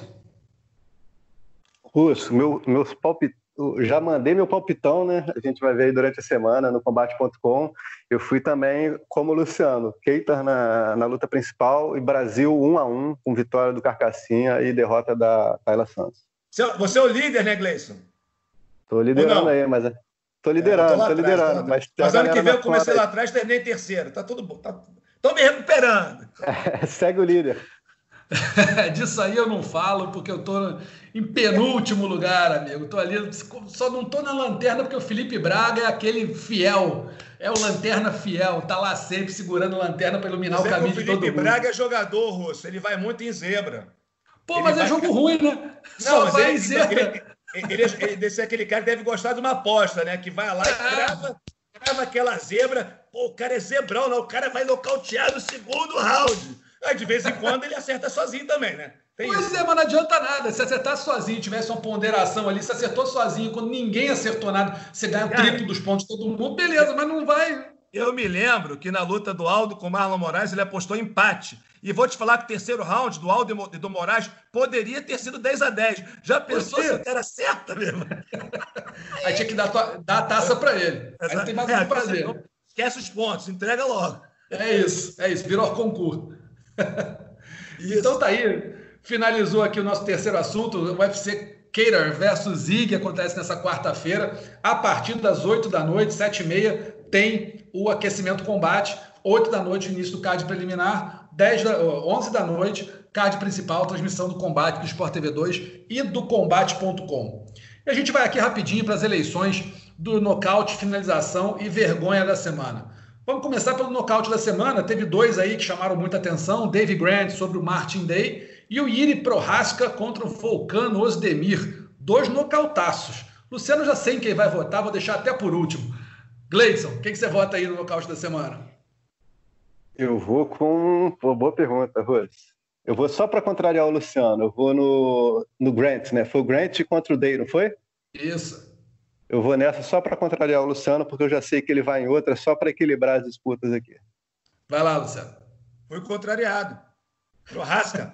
Russo, meu, meus palpites. Já mandei meu palpitão, né? A gente vai ver aí durante a semana no combate ponto com. Eu fui também como o Luciano, Kattar na, na luta principal e Brasil um a um, com vitória do Carcassinha e derrota da Tayla Santos. Você é o líder, né, Gleison? Tô liderando aí, mas... Tô liderando, é, tô, tô atrás, liderando. Tô mas mas ano que vem eu comecei lá atrás, terminei em terceiro. Tá tudo bom. Tá... Tô me recuperando. É, segue o líder. Disso aí eu não falo, porque eu tô em penúltimo lugar, amigo. Tô ali, só não tô na lanterna porque o Felipe Braga é aquele fiel, é o lanterna fiel, tá lá sempre segurando a lanterna para iluminar mas o caminho de todo mundo. O Felipe Braga é jogador, Russo, ele vai muito em zebra. Pô, ele mas vai... é jogo ruim, né? Não, só mas vai ele, em zebra. Ele, ele, ele, ele deve ser aquele cara que deve gostar de uma aposta, né? Que vai lá e grava, grava aquela zebra. Pô, o cara é zebrão, não. O cara vai nocautear no segundo round. Aí, de vez em quando, ele acerta sozinho também, né? Tem pois isso. é, mas não adianta nada. Se acertar sozinho, tivesse uma ponderação ali, se acertou sozinho, quando ninguém acertou nada, você ganha o triplo dos pontos de todo mundo, beleza, mas não vai. Eu me lembro que na luta do Aldo com o Marlon Moraes, ele apostou empate. E vou te falar que o terceiro round do Aldo e do Moraes poderia ter sido dez a dez. Já pensou se o cara acerta mesmo? Aí tinha que dar, tua, dar a taça para ele. Aí não tem mais o é, que fazer. Esquece os pontos, entrega logo. É isso, é isso, virou concurso. Então tá aí, finalizou aqui o nosso terceiro assunto, o U F C Kattar versus Ig, acontece nessa quarta-feira, a partir das oito da noite, sete e meia, tem o aquecimento combate, oito da noite, início do card preliminar, dez da, onze da noite, card principal, transmissão do combate do Sport T V dois e do Combate ponto com. E a gente vai aqui rapidinho para as eleições do nocaute, finalização e vergonha da semana. Vamos começar pelo nocaute da semana. Teve dois aí que chamaram muita atenção. Dave Grant sobre o Martin Day e o Jiri Prochazka contra o Volkan Ozdemir. Dois nocautaços. Luciano, já sei em quem vai votar, vou deixar até por último. Gleison, o que, que você vota aí no nocaute da semana? Eu vou com... Pô, boa pergunta, Rose. Eu vou só para contrariar o Luciano. Eu vou no, no Grant, né? Foi o Grant contra o Day, não foi? Isso. Eu vou nessa só para contrariar o Luciano, porque eu já sei que ele vai em outra, só para equilibrar as disputas aqui. Vai lá, Luciano. Fui contrariado. Prochazka.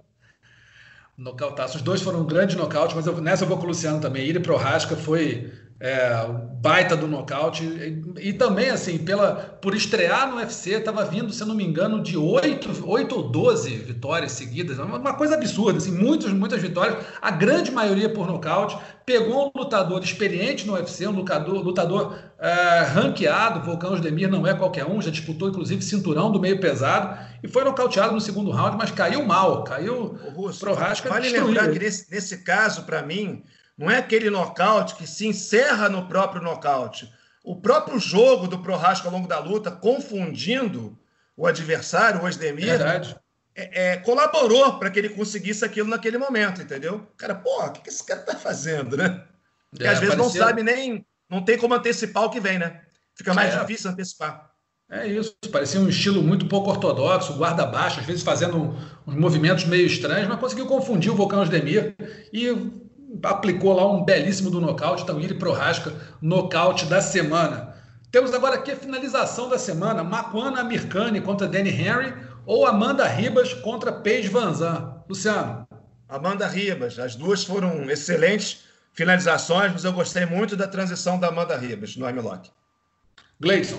Nocautaço. Os dois foram um grande nocaute, mas eu, nessa eu vou com o Luciano também. Jiri Prochazka foi É, baita do nocaute, e, e também assim, pela, por estrear no U F C, estava vindo, se eu não me engano, de oito ou doze vitórias seguidas, uma coisa absurda, assim, muitas, muitas vitórias, a grande maioria por nocaute. Pegou um lutador experiente no U F C, um lutador, lutador é, ranqueado. Volkan Ozdemir não é qualquer um, já disputou inclusive cinturão do meio pesado e foi nocauteado no segundo round, mas caiu mal, caiu pro Rasca. Vale lembrar que nesse, nesse caso, para mim, não é aquele nocaute que se encerra no próprio nocaute. O próprio jogo do Prochazka ao longo da luta, confundindo o adversário, o Ozdemir, é, é, colaborou para que ele conseguisse aquilo naquele momento, entendeu? Cara, porra, o que, que esse cara tá fazendo, né? Porque é, às vezes parecia... não sabe nem... Não tem como antecipar o que vem, né? Fica mais é. difícil antecipar. É isso, parecia um estilo muito pouco ortodoxo, guarda baixo, às vezes fazendo uns movimentos meio estranhos, mas conseguiu confundir o Volkan Ozdemir e... aplicou lá um belíssimo do nocaute. Então, ele Prochazka, nocaute da semana. Temos agora aqui a finalização da semana: Makwan Amirkhani contra Danny Henry ou Amanda Ribas contra Paige VanZant. Luciano. Amanda Ribas. As duas foram excelentes finalizações, mas eu gostei muito da transição da Amanda Ribas no armlock. Gleison.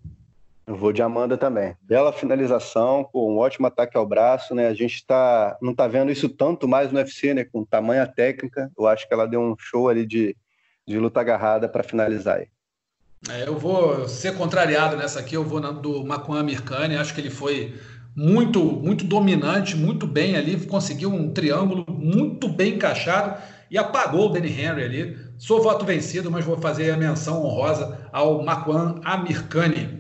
Eu vou de Amanda também. Bela finalização, com um ótimo ataque ao braço, né? A gente tá, não está vendo isso tanto mais no U F C, né? Com tamanha técnica. Eu acho que ela deu um show ali de, de luta agarrada para finalizar aí. É, eu vou ser contrariado nessa aqui. Eu vou na, do Makwan Amirkhani. Acho que ele foi muito, muito dominante, muito bem ali. Conseguiu um triângulo muito bem encaixado e apagou o Danny Henry ali. Sou voto vencido, mas vou fazer a menção honrosa ao Makwan Amirkhani.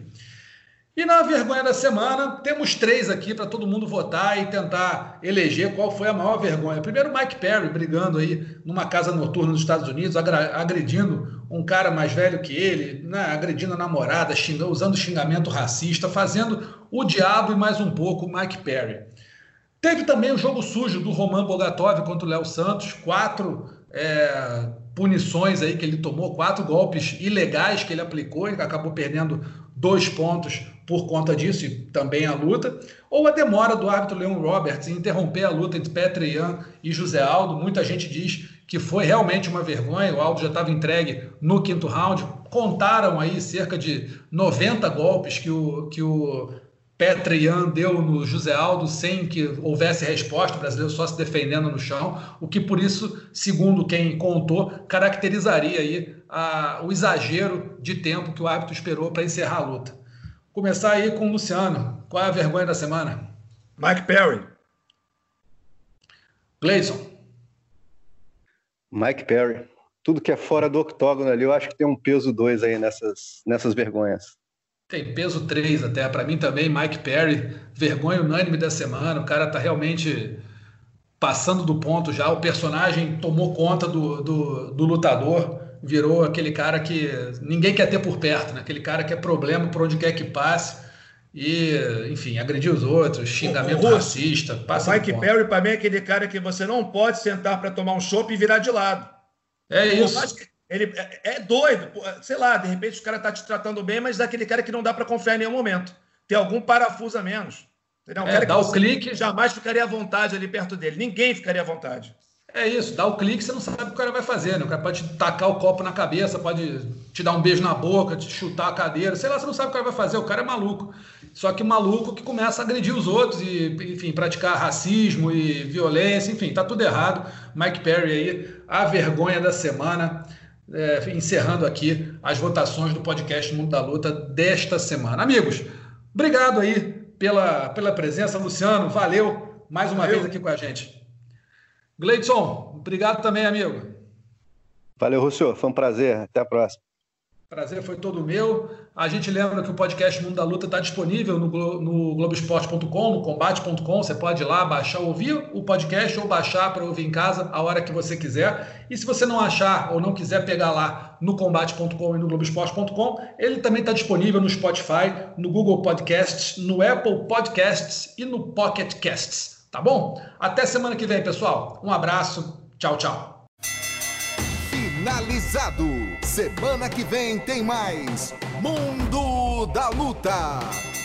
E na vergonha da semana, temos três aqui para todo mundo votar e tentar eleger qual foi a maior vergonha. Primeiro, Mike Perry brigando aí numa casa noturna nos Estados Unidos, agredindo um cara mais velho que ele, né, agredindo a namorada, xingando, usando xingamento racista, fazendo o diabo e mais um pouco o Mike Perry. Teve também o jogo sujo do Roman Bogatov contra o Léo Santos, quatro é, punições aí que ele tomou, quatro golpes ilegais que ele aplicou, ele acabou perdendo dois pontos por conta disso e também a luta, ou a demora do árbitro Leon Roberts em interromper a luta entre Petr Yan e José Aldo. Muita gente diz que foi realmente uma vergonha, o Aldo já estava entregue no quinto round, contaram aí cerca de noventa golpes que o, que o Petr Yan deu no José Aldo sem que houvesse resposta, o brasileiro só se defendendo no chão, o que por isso, segundo quem contou, caracterizaria aí a, o exagero de tempo que o árbitro esperou para encerrar a luta. Começar aí com o Luciano. Qual é a vergonha da semana? Mike Perry. Gleison. Mike Perry. Tudo que é fora do octógono ali, eu acho que tem um peso dois aí nessas, nessas vergonhas. Tem peso três até. Para mim também, Mike Perry. Vergonha unânime da semana. O cara tá realmente passando do ponto já. O personagem tomou conta do, do, do lutador. Virou aquele cara que ninguém quer ter por perto, né? Aquele cara que é problema por onde quer que passe e, enfim, agredir os outros, xingamento o, o racista. Passa o Mike Perry, para mim, é aquele cara que você não pode sentar para tomar um chopp e virar de lado. É isso. Ele é, é doido, sei lá, de repente o cara tá te tratando bem, mas é aquele cara que não dá para confiar em nenhum momento. Tem algum parafuso a menos. Entendeu? Um é, cara dá que o clique. Jamais ficaria à vontade ali perto dele. Ninguém ficaria à vontade. É isso, dá o clique, você não sabe o que o cara vai fazer, né? O cara pode te tacar o copo na cabeça, pode te dar um beijo na boca, te chutar a cadeira, sei lá, você não sabe o que o cara vai fazer, o cara é maluco. Só que maluco que começa a agredir os outros e, enfim, praticar racismo e violência, enfim, tá tudo errado. Mike Perry aí, a vergonha da semana, é, encerrando aqui as votações do podcast Mundo da Luta desta semana. Amigos, obrigado aí pela, pela presença, Luciano, valeu mais uma valeu. vez aqui com a gente. Gleison, obrigado também, amigo. Valeu, Rússio. Foi um prazer. Até a próxima. Prazer foi todo meu. A gente lembra que o podcast Mundo da Luta está disponível no, Glo- no Globoesporte ponto com, no combate ponto com. Você pode ir lá baixar, ouvir o podcast ou baixar para ouvir em casa a hora que você quiser. E se você não achar ou não quiser pegar lá no combate ponto com e no Globoesporte ponto com, ele também está disponível no Spotify, no Google Podcasts, no Apple Podcasts e no Pocket Casts. Tá bom? Até semana que vem, pessoal. Um abraço. Tchau, tchau. Finalizado. Semana que vem tem mais Mundo da Luta.